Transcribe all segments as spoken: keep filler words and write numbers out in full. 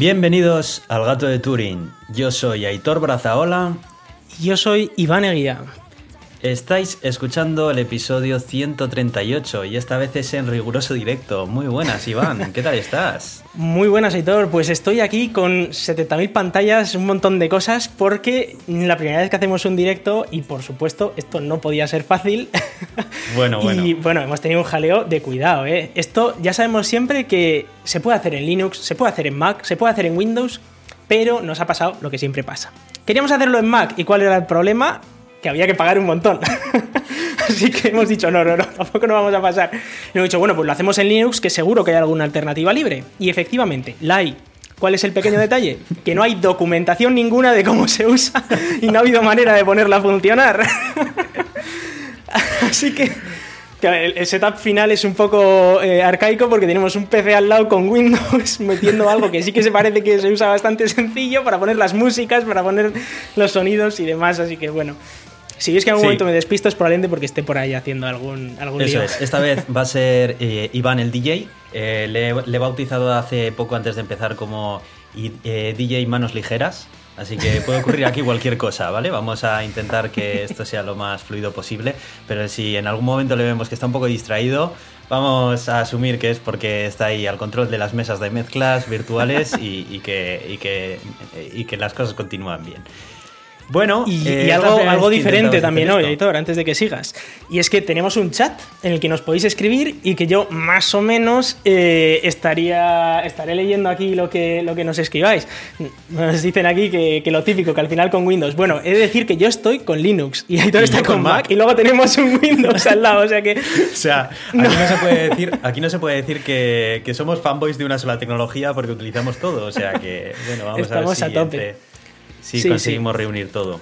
Bienvenidos al Gato de Turing. Yo soy Aitor Brazaola. Y yo soy Iván Eguía. Estáis escuchando el episodio ciento treinta y ocho y esta vez es en riguroso directo. Muy buenas, Iván. ¿Qué tal estás? Muy buenas, Aitor. Pues estoy aquí con setenta mil pantallas, un montón de cosas, porque la primera vez que hacemos un directo y, por supuesto, esto no podía ser fácil. Bueno, bueno. Y, bueno, hemos tenido un jaleo de cuidado, ¿eh? Esto ya sabemos siempre que se puede hacer en Linux, se puede hacer en Mac, se puede hacer en Windows, pero nos ha pasado lo que siempre pasa. Queríamos hacerlo en Mac, ¿y cuál era el problema? Que había que pagar un montón. Así que hemos dicho, no, no, no, tampoco nos vamos a pasar. Y hemos dicho, bueno, pues lo hacemos en Linux, que seguro que hay alguna alternativa libre. Y efectivamente, la hay. ¿Cuál es el pequeño detalle? Que no hay documentación ninguna de cómo se usa y no ha habido manera de ponerla a funcionar. Así que el setup final es un poco eh, arcaico porque tenemos un P C al lado con Windows metiendo algo que sí que se parece que se usa bastante sencillo para poner las músicas, para poner los sonidos y demás, así que bueno, si veis que en algún sí. momento me despisto es probablemente porque esté por ahí haciendo algún, algún Eso lío. Es, esta vez va a ser eh, Iván el D J, eh, le, le he bautizado hace poco antes de empezar como eh, D J Manos Ligeras. Así que puede ocurrir aquí cualquier cosa, ¿vale? Vamos a intentar que esto sea lo más fluido posible, pero si en algún momento le vemos que está un poco distraído, vamos a asumir que es porque está ahí al control de las mesas de mezclas virtuales y, y, que, y, que, y que las cosas continúan bien. Bueno, y, eh, y algo, algo diferente también hoy, Aitor, antes de que sigas. Y es que tenemos un chat en el que nos podéis escribir y que yo más o menos eh, estaría estaré leyendo aquí lo que, lo que nos escribáis. Nos dicen aquí que, que lo típico, que al final con Windows. Bueno, he de decir que yo estoy con Linux y Aitor y está con, con Mac. Mac y luego tenemos un Windows al lado, o sea que... O sea, aquí no, no se puede decir, aquí no se puede decir que, que somos fanboys de una sola tecnología porque utilizamos todo, o sea que, bueno, vamos Estamos a ver si a tope. Sí, sí, conseguimos sí. reunir todo.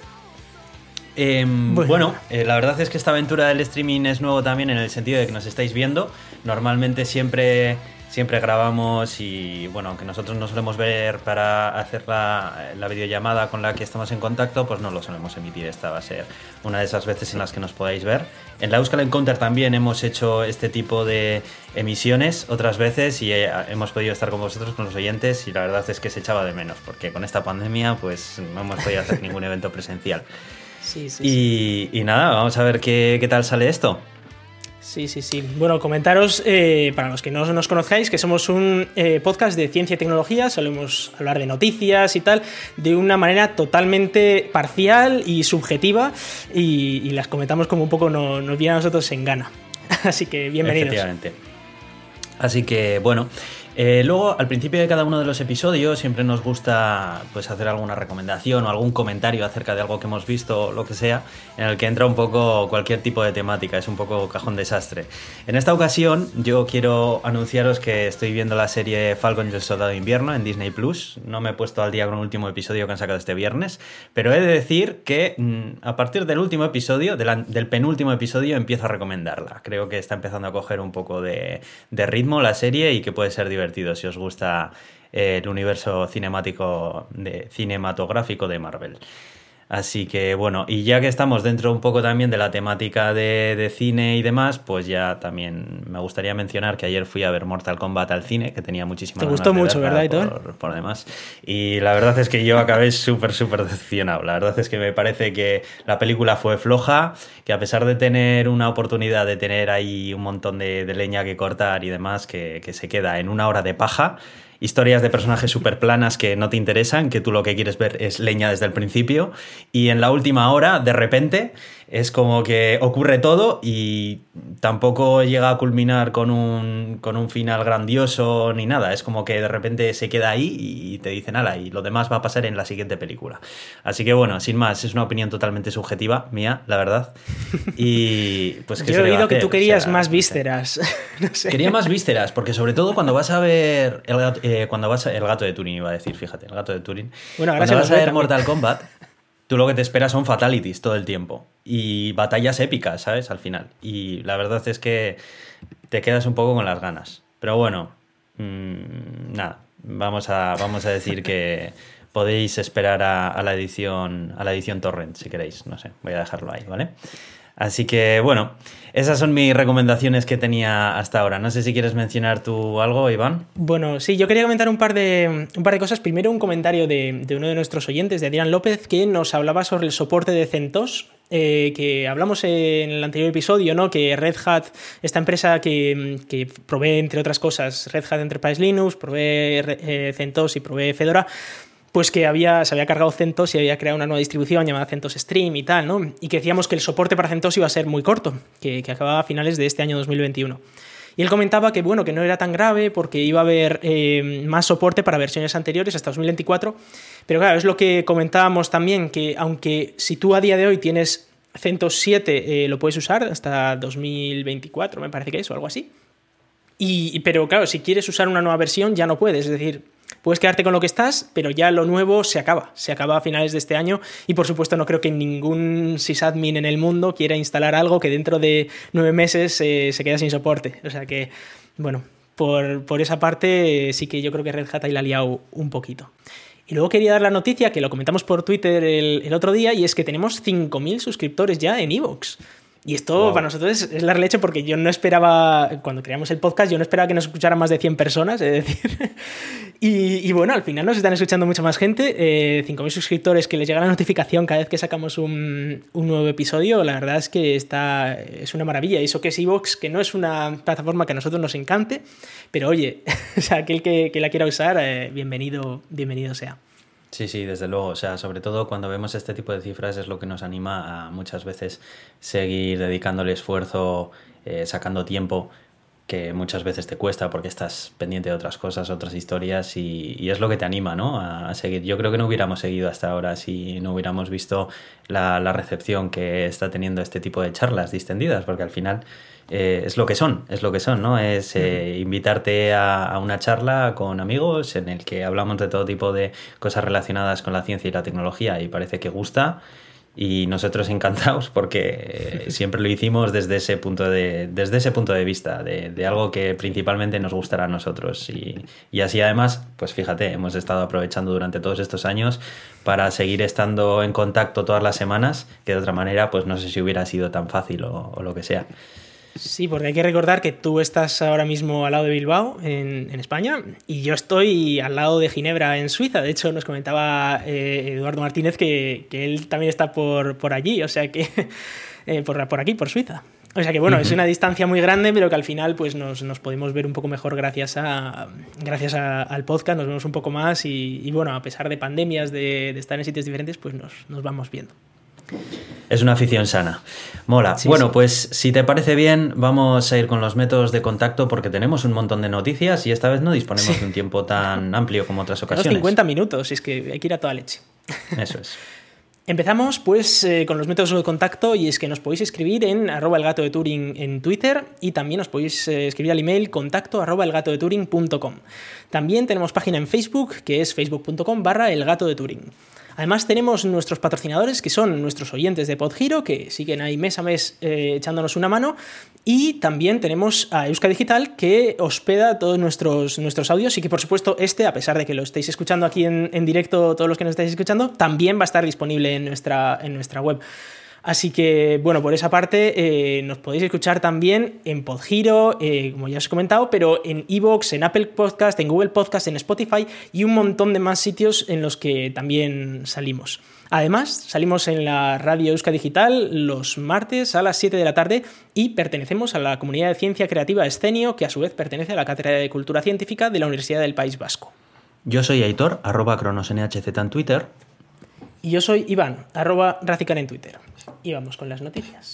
Eh, bueno, bueno eh, la verdad es que esta aventura del streaming es nuevo también en el sentido de que nos estáis viendo. Normalmente siempre, siempre grabamos y, bueno, aunque nosotros no solemos ver para hacer la, la videollamada con la que estamos en contacto, pues no lo solemos emitir. Esta va a ser una de esas veces en las que nos podáis ver. En la Euskal Encounter también hemos hecho este tipo de emisiones otras veces y eh, hemos podido estar con vosotros, con los oyentes, y la verdad es que se echaba de menos porque con esta pandemia pues no hemos podido hacer ningún evento presencial. Sí, sí, y, sí. y nada, vamos a ver qué, qué tal sale esto. Sí, sí, sí. Bueno, comentaros, eh, para los que no nos conozcáis, que somos un eh, podcast de ciencia y tecnología, solemos hablar de noticias y tal, de una manera totalmente parcial y subjetiva, y, y las comentamos como un poco no, nos viene a nosotros en gana. Así que bienvenidos. Efectivamente. Así que, bueno... Eh, luego, al principio de cada uno de los episodios siempre nos gusta pues hacer alguna recomendación o algún comentario acerca de algo que hemos visto o lo que sea, en el que entra un poco cualquier tipo de temática, es un poco cajón desastre. En esta ocasión yo quiero anunciaros que estoy viendo la serie Falcon y el Soldado de Invierno en Disney Plus. No me he puesto al día con el último episodio que han sacado este viernes, pero he de decir que mmm, a partir del último episodio, de la, del penúltimo episodio, empiezo a recomendarla. Creo que está empezando a coger un poco de, de ritmo la serie y que puede ser divertido si os gusta eh, el universo cinemático de, cinematográfico de Marvel. Así que bueno, y ya que estamos dentro un poco también de la temática de, de cine y demás, pues ya también me gustaría mencionar que ayer fui a ver Mortal Kombat al cine, que tenía muchísimas ganas de verla. Te gustó mucho, ¿verdad, Aitor? Por, por demás. Y la verdad es que yo acabé súper, súper decepcionado. La verdad es que me parece que la película fue floja, que a pesar de tener una oportunidad de tener ahí un montón de, de leña que cortar y demás, que, que se queda en una hora de paja. Historias de personajes súper planas que no te interesan, que tú lo que quieres ver es leña desde el principio, y en la última hora, de repente, es como que ocurre todo y tampoco llega a culminar con un, con un final grandioso ni nada. Es como que de repente se queda ahí y te dicen, ala, y lo demás va a pasar en la siguiente película. Así que bueno, sin más, es una opinión totalmente subjetiva, mía, la verdad. Y pues que yo he oído que tú querías o sea, más vísceras. No sé. Quería más vísceras, porque sobre todo cuando vas a ver el gato, eh, cuando vas a, el gato de Turing, iba a decir, fíjate, el gato de Turing. Bueno, cuando vas a ver también. Mortal Kombat, tú lo que te esperas son fatalities todo el tiempo y batallas épicas, ¿sabes? Al final. Y la verdad es que te quedas un poco con las ganas. Pero bueno, mmm, nada, vamos a, vamos a decir que podéis esperar a, a la edición a la edición torrent si queréis. No sé, voy a dejarlo ahí, ¿vale? Así que bueno, esas son mis recomendaciones que tenía hasta ahora. No sé si quieres mencionar tú algo, Iván. Bueno, sí, yo quería comentar un par de, un par de cosas. Primero, un comentario de, de uno de nuestros oyentes, de Adrián López, que nos hablaba sobre el soporte de CentOS, eh, que hablamos en el anterior episodio, ¿no? Que Red Hat, esta empresa que, que provee, entre otras cosas, Red Hat Enterprise Linux, provee eh, CentOS y provee Fedora, pues que había, se había cargado CentOS y había creado una nueva distribución llamada CentOS Stream y tal, ¿no? Y que decíamos que el soporte para CentOS iba a ser muy corto, que, que acababa a finales de este año dos mil veintiuno. Y él comentaba que, bueno, que no era tan grave porque iba a haber eh, más soporte para versiones anteriores hasta dos mil veinticuatro, pero claro, es lo que comentábamos también, que aunque si tú a día de hoy tienes CentOS siete, eh, lo puedes usar hasta dos mil veinticuatro, me parece que es, o algo así. Y, pero claro, si quieres usar una nueva versión ya no puedes, es decir, puedes quedarte con lo que estás, pero ya lo nuevo se acaba, se acaba a finales de este año y por supuesto no creo que ningún sysadmin en el mundo quiera instalar algo que dentro de nueve meses eh, se queda sin soporte. O sea que, bueno, por, por esa parte eh, sí que yo creo que Red Hat ahí la ha liado un poquito. Y luego quería dar la noticia, que lo comentamos por Twitter el, el otro día, y es que tenemos cinco mil suscriptores ya en iVoox. Y esto wow. Para nosotros es, es la leche, porque yo no esperaba, cuando creamos el podcast, yo no esperaba que nos escucharan más de cien personas, es decir. y, y bueno, al final nos están escuchando mucha más gente. Eh, cinco mil suscriptores que les llega la notificación cada vez que sacamos un, un nuevo episodio. La verdad es que está, es una maravilla. Y eso que es iVoox, que no es una plataforma que a nosotros nos encante, pero oye, o sea, aquel que, que la quiera usar, eh, bienvenido, bienvenido sea. Sí, sí, desde luego. O sea, sobre todo cuando vemos este tipo de cifras es lo que nos anima a muchas veces seguir dedicándole esfuerzo, eh, sacando tiempo, que muchas veces te cuesta porque estás pendiente de otras cosas, otras historias, y, y es lo que te anima, ¿no? a, a seguir. Yo creo que no hubiéramos seguido hasta ahora si no hubiéramos visto la, la recepción que está teniendo este tipo de charlas distendidas, porque al final eh, es lo que son, es lo que son, ¿no? Es eh, invitarte a, a una charla con amigos en el que hablamos de todo tipo de cosas relacionadas con la ciencia y la tecnología, y parece que gusta. Y nosotros encantados porque siempre lo hicimos desde ese punto de, desde ese punto de vista, de, de algo que principalmente nos gustará a nosotros. Y, y así además, pues fíjate, hemos estado aprovechando durante todos estos años para seguir estando en contacto todas las semanas, que de otra manera, pues no sé si hubiera sido tan fácil o, o lo que sea. Sí, porque hay que recordar que tú estás ahora mismo al lado de Bilbao, en, en España, y yo estoy al lado de Ginebra, en Suiza. De hecho, nos comentaba eh, Eduardo Martínez que, que él también está por, por allí, o sea que eh, por, por aquí, por Suiza. O sea que bueno, uh-huh. Es una distancia muy grande, pero que al final pues nos, nos podemos ver un poco mejor gracias a gracias a, al podcast, nos vemos un poco más y, y bueno, a pesar de pandemias, de, de estar en sitios diferentes, pues nos, nos vamos viendo. Es una afición sana. Mola. Sí, bueno, sí. Pues si te parece bien, vamos a ir con los métodos de contacto porque tenemos un montón de noticias y esta vez no disponemos sí. de un tiempo tan amplio como otras ocasiones. Tenemos cincuenta minutos, es que hay que ir a toda leche. Eso es. Empezamos pues eh, con los métodos de contacto, y es que nos podéis escribir en arroba el gato de Turing en Twitter, y también nos podéis eh, escribir al email contacto arroba el gato de Turing punto com. También tenemos página en Facebook, que es facebook punto com barra el gato de Turing. Además tenemos nuestros patrocinadores, que son nuestros oyentes de Podhero, que siguen ahí mes a mes eh, echándonos una mano, y también tenemos a Euska Digital, que hospeda todos nuestros, nuestros audios, y que por supuesto este, a pesar de que lo estéis escuchando aquí en, en directo todos los que nos estáis escuchando, también va a estar disponible en nuestra, en nuestra web. Así que, bueno, por esa parte eh, nos podéis escuchar también en Podhero, eh, como ya os he comentado, pero en iVoox, en Apple Podcast, en Google Podcast, en Spotify y un montón de más sitios en los que también salimos. Además, salimos en la radio Euska Digital los martes a las siete de la tarde y pertenecemos a la comunidad de ciencia creativa Escenio, que a su vez pertenece a la Cátedra de Cultura Científica de la Universidad del País Vasco. Yo soy Aitor, arroba cronosnhz en Twitter. Y yo soy Iván, arroba Racicar en Twitter. Y vamos con las noticias.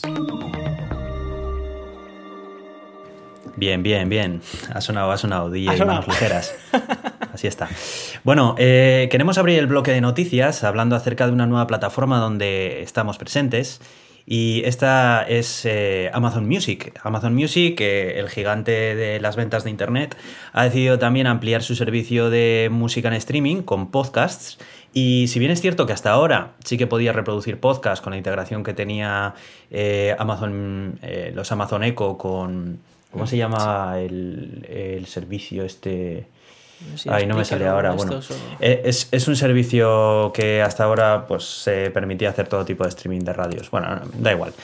Bien, bien, bien. Ha sonado, ha sonado, D J Manos Ligeras. Así está. Bueno, eh, queremos abrir el bloque de noticias hablando acerca de una nueva plataforma donde estamos presentes. Y esta es eh, Amazon Music. Amazon Music, eh, el gigante de las ventas de Internet, ha decidido también ampliar su servicio de música en streaming con podcasts. Y si bien es cierto que hasta ahora sí que podía reproducir podcasts con la integración que tenía eh, Amazon, eh, los Amazon Echo con... ¿Cómo se llama sí. el, el servicio este...? Sí, Ay, no me sale ahora. Bueno, o... es, es un servicio que hasta ahora pues se permitía hacer todo tipo de streaming de radios. Bueno, da igual.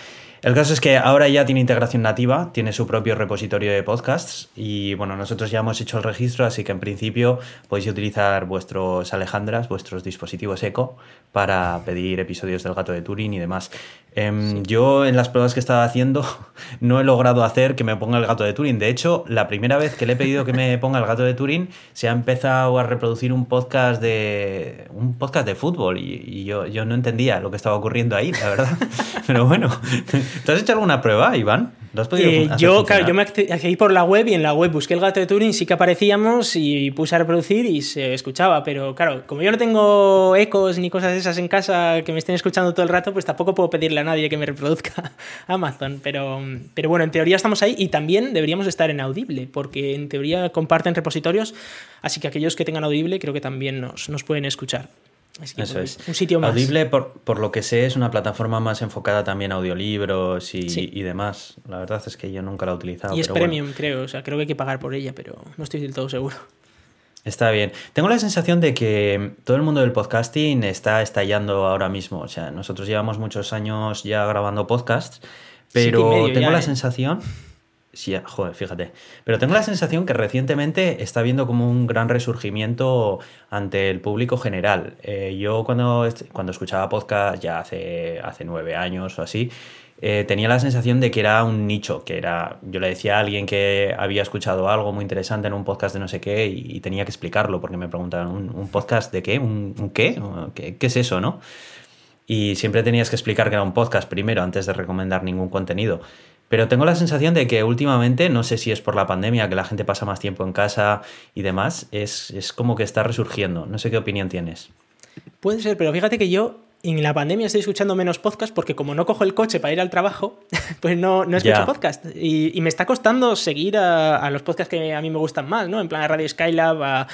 El caso es que ahora ya tiene integración nativa, tiene su propio repositorio de podcasts y bueno, nosotros ya hemos hecho el registro, así que en principio podéis utilizar vuestros Alejandras, vuestros dispositivos Echo para pedir episodios del Gato de Turing y demás. Eh, sí. Yo en las pruebas que estaba haciendo no he logrado hacer que me ponga el Gato de Turing. De hecho, la primera vez que le he pedido que me ponga el Gato de Turing se ha empezado a reproducir un podcast de un podcast de fútbol y, y yo, yo no entendía lo que estaba ocurriendo ahí, la verdad. Pero bueno, ¿te has hecho alguna prueba, Iván? ¿Lo has podido eh, hacer yo, funcionar? Claro, yo me accedí por la web y en la web busqué el Gato de Turing, sí que aparecíamos y puse a reproducir y se escuchaba, pero claro, como yo no tengo ecos ni cosas de esas en casa que me estén escuchando todo el rato, pues tampoco puedo pedirle a nadie que me reproduzca Amazon, pero, pero bueno, en teoría estamos ahí y también deberíamos estar en Audible, porque en teoría comparten repositorios, así que aquellos que tengan Audible creo que también nos, nos pueden escuchar. Así que Eso pues, es. Un sitio más. Audible, por, por lo que sé, es una plataforma más enfocada también a audiolibros y, sí. y demás. La verdad es que yo nunca la he utilizado. Y es pero premium, bueno. creo. O sea, creo que hay que pagar por ella, pero no estoy del todo seguro. Está bien. Tengo la sensación de que todo el mundo del podcasting está estallando ahora mismo. O sea, nosotros llevamos muchos años ya grabando podcasts, pero sí, medio tengo ya, la ¿eh? sensación... Sí, joder, fíjate. Pero tengo la sensación que recientemente está habiendo como un gran resurgimiento ante el público general. Eh, yo cuando, cuando escuchaba podcast ya hace, hace nueve años o así, eh, tenía la sensación de que era un nicho, que era, yo le decía a alguien que había escuchado algo muy interesante en un podcast de no sé qué y, y tenía que explicarlo porque me preguntaban, ¿un, un podcast de qué? ¿Un, un qué? qué? ¿Qué es eso, no? Y siempre tenías que explicar que era un podcast primero antes de recomendar ningún contenido. Pero tengo la sensación de que últimamente, no sé si es por la pandemia, que la gente pasa más tiempo en casa y demás, es, es como que está resurgiendo. No sé qué opinión tienes. Puede ser, pero fíjate que yo en la pandemia estoy escuchando menos podcast porque como no cojo el coche para ir al trabajo, pues no, no escucho yeah. podcast. Y, y me está costando seguir a, a los podcasts que a mí me gustan más, ¿no? En plan a Radio Skylab, a,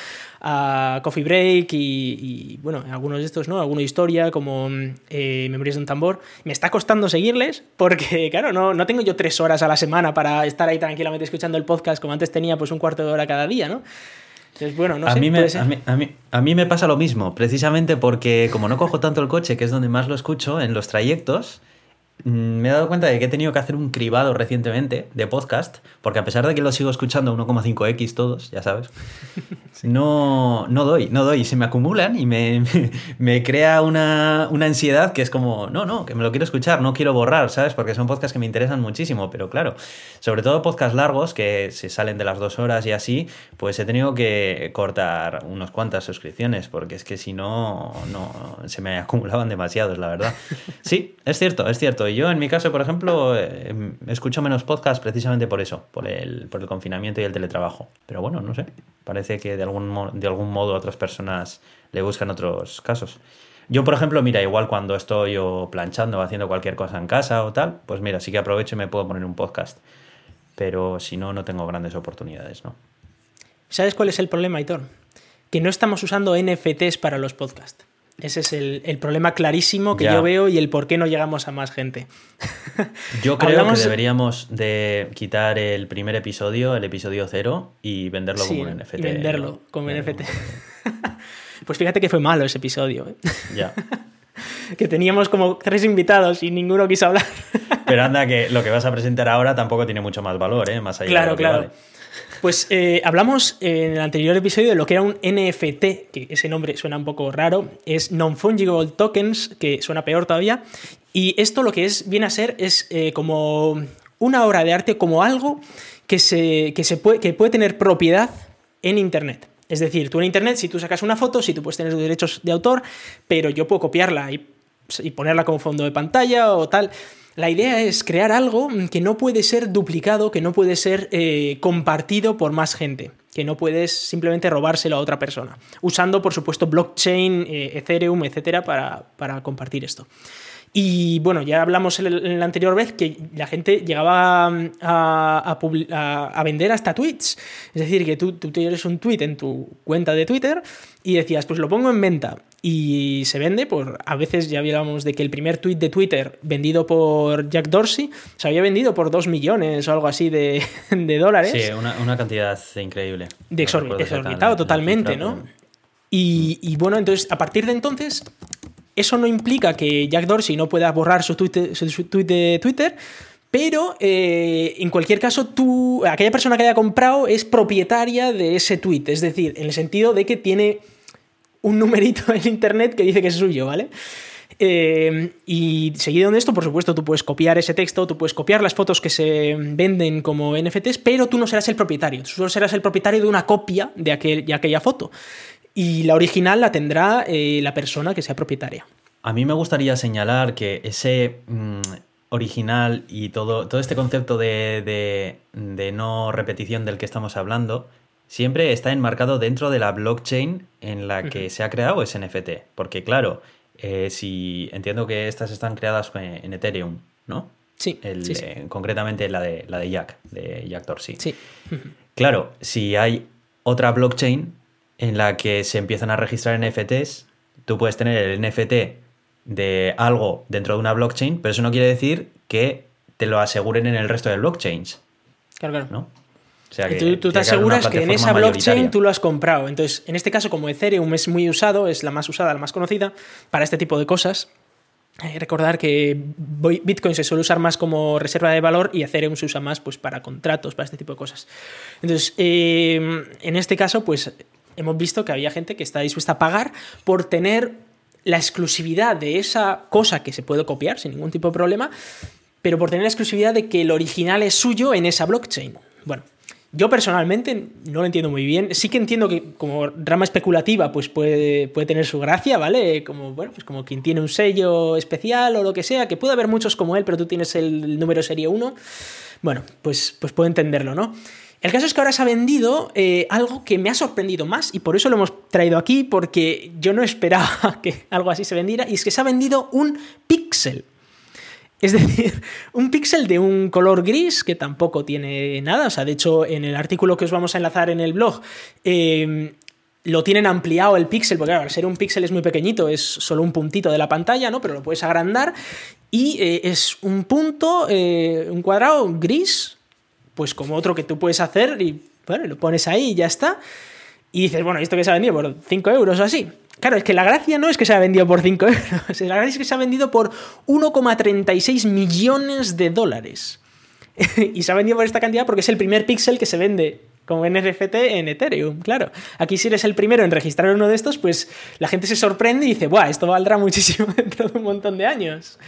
a Coffee Break y, y, bueno, algunos de estos, ¿no? Alguno de historia, como eh, Memorias de un tambor. Me está costando seguirles porque, claro, no, no tengo yo tres horas a la semana para estar ahí tranquilamente escuchando el podcast como antes tenía pues un cuarto de hora cada día, ¿no? Entonces, bueno, no a, sé, mí me, a, mí, a, mí, a mí me pasa lo mismo, precisamente porque como no cojo tanto el coche, que es donde más lo escucho, en los trayectos, me he dado cuenta de que he tenido que hacer un cribado recientemente de podcast, porque a pesar de que lo sigo escuchando uno coma cinco equis todos, ya sabes, sí. no, no doy, no doy, se me acumulan y me, me, me crea una, una ansiedad que es como, no, no, que me lo quiero escuchar, no quiero borrar, ¿sabes? Porque son podcasts que me interesan muchísimo, pero claro, sobre todo podcasts largos que se salen de las dos horas y así, pues he tenido que cortar unas cuantas suscripciones, porque es que si no, no se me acumulaban demasiados, la verdad. Sí, es cierto, es cierto. Yo, en mi caso, por ejemplo, eh, escucho menos podcast precisamente por eso, por el, por el confinamiento y el teletrabajo. Pero bueno, no sé, parece que de algún, de algún modo otras personas le buscan otros casos. Yo, por ejemplo, mira, igual cuando estoy o planchando o haciendo cualquier cosa en casa o tal, pues mira, sí que aprovecho y me puedo poner un podcast. Pero si no, no tengo grandes oportunidades, ¿no? ¿Sabes cuál es el problema, Aitor? Que no estamos usando N F Ts para los podcasts. Ese es el, el problema clarísimo que ya. yo veo y el por qué no llegamos a más gente. Yo creo Hablamos... que deberíamos de quitar el primer episodio, el episodio cero, y venderlo sí, como un N F T. Y venderlo ¿no? como un N F T. Pues fíjate que fue malo ese episodio. ¿eh? Ya. Que teníamos como tres invitados y ninguno quiso hablar. Pero anda, que lo que vas a presentar ahora tampoco tiene mucho más valor, ¿eh? Más allá claro, de lo que claro. vale. Pues eh, hablamos en el anterior episodio de lo que era un N F T, que ese nombre suena un poco raro, es Non-Fungible Tokens, que suena peor todavía, y esto lo que es, viene a ser es eh, como una obra de arte, como algo que, se, que, se puede, que puede tener propiedad en Internet. Es decir, tú en Internet, si tú sacas una foto, si tú puedes tener los derechos de autor, pero yo puedo copiarla y, y ponerla como fondo de pantalla o tal. La idea es crear algo que no puede ser duplicado, que no puede ser eh, compartido por más gente, que no puedes simplemente robárselo a otra persona, usando, por supuesto, blockchain, eh, Ethereum, etcétera, para, para compartir esto. Y bueno, ya hablamos en la anterior vez que la gente llegaba a, a, a, a vender hasta tweets. Es decir, que tú, tú tienes un tweet en tu cuenta de Twitter y decías, pues lo pongo en venta. Y se vende por, a veces ya hablábamos de que el primer tweet de Twitter vendido por Jack Dorsey se había vendido por dos millones o algo así de, de dólares. Sí, una, una cantidad increíble. De exorbitado, exorbitado totalmente, ¿no? Y, y bueno, entonces a partir de entonces eso no implica que Jack Dorsey no pueda borrar su tweet, su, su tweet de Twitter, pero eh, en cualquier caso, tú, aquella persona que haya comprado es propietaria de ese tweet, es decir, en el sentido de que tiene un numerito en internet que dice que es suyo, ¿vale? Eh, y seguido de esto, por supuesto, tú puedes copiar ese texto, tú puedes copiar las fotos que se venden como N F Ts, pero tú no serás el propietario, tú solo serás el propietario de una copia de, aquel, de aquella foto. Y la original la tendrá eh, la persona que sea propietaria. A mí me gustaría señalar que ese mmm, original y todo, todo este concepto de, de, de no repetición del que estamos hablando siempre está enmarcado dentro de la blockchain en la que uh-huh. se ha creado ese N F T. Porque claro, eh, si entiendo que estas están creadas en Ethereum, ¿no? Sí, El, sí, sí. Eh, concretamente la de, la de Jack, de Jack Dorsey. Sí. Uh-huh. Claro, si hay otra blockchain en la que se empiezan a registrar N F Ts, tú puedes tener el N F T de algo dentro de una blockchain, pero eso no quiere decir que te lo aseguren en el resto de blockchains. Claro, claro. ¿No? O sea, que tú, tú te aseguras que en esa blockchain tú lo has comprado. Entonces, en este caso, como Ethereum es muy usado, es la más usada, la más conocida para este tipo de cosas, hay que recordar que Bitcoin se suele usar más como reserva de valor y Ethereum se usa más pues, para contratos, para este tipo de cosas. Entonces, eh, en este caso, pues hemos visto que había gente que está dispuesta a pagar por tener la exclusividad de esa cosa que se puede copiar sin ningún tipo de problema, pero por tener la exclusividad de que el original es suyo en esa blockchain. Bueno, yo personalmente no lo entiendo muy bien. Sí que entiendo que como rama especulativa pues puede, puede tener su gracia, ¿vale? Como, bueno, pues como quien tiene un sello especial o lo que sea, que puede haber muchos como él, pero tú tienes el número serie uno. Bueno, pues, pues puedo entenderlo, ¿no? El caso es que ahora se ha vendido eh, algo que me ha sorprendido más y por eso lo hemos traído aquí, porque yo no esperaba que algo así se vendiera, y es que se ha vendido un píxel. Es decir, un píxel de un color gris que tampoco tiene nada. O sea, de hecho, en el artículo que os vamos a enlazar en el blog, eh, lo tienen ampliado el píxel, porque claro, al ser un píxel es muy pequeñito, es solo un puntito de la pantalla, ¿no? Pero lo puedes agrandar y eh, es un punto, eh, un cuadrado gris, pues como otro que tú puedes hacer y bueno, lo pones ahí y ya está. Y dices, bueno, ¿esto que se ha vendido por cinco euros o así? Claro, es que la gracia no es que se ha vendido por cinco euros, la gracia es que se ha vendido por uno coma treinta y seis millones de dólares. Y se ha vendido por esta cantidad porque es el primer píxel que se vende como N F T en Ethereum, claro. Aquí si eres el primero en registrar uno de estos, pues la gente se sorprende y dice, ¡buah, esto valdrá muchísimo dentro de un montón de años!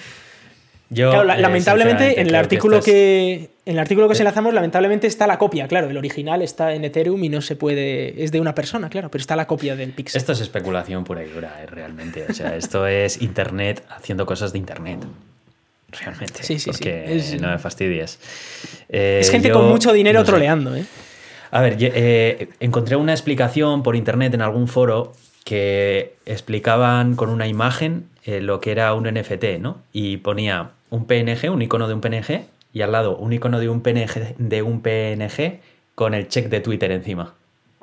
Yo, claro, eh, lamentablemente en el artículo que, estás... que en el artículo que os enlazamos, lamentablemente está la copia, claro, el original está en Ethereum y no se puede, es de una persona, claro, pero está la copia del píxel. Esto es especulación pura y dura, eh, realmente, o sea, esto es internet haciendo cosas de internet. Realmente, sí, sí, porque sí. Es, no me fastidies. Eh, es gente yo, con mucho dinero no sé. troleando, ¿eh? A ver, eh, encontré una explicación por internet en algún foro que explicaban con una imagen eh, lo que era un N F T, ¿no? Y ponía un P N G, un icono de un P N G, y al lado un icono de un P N G, de un P N G con el check de Twitter encima.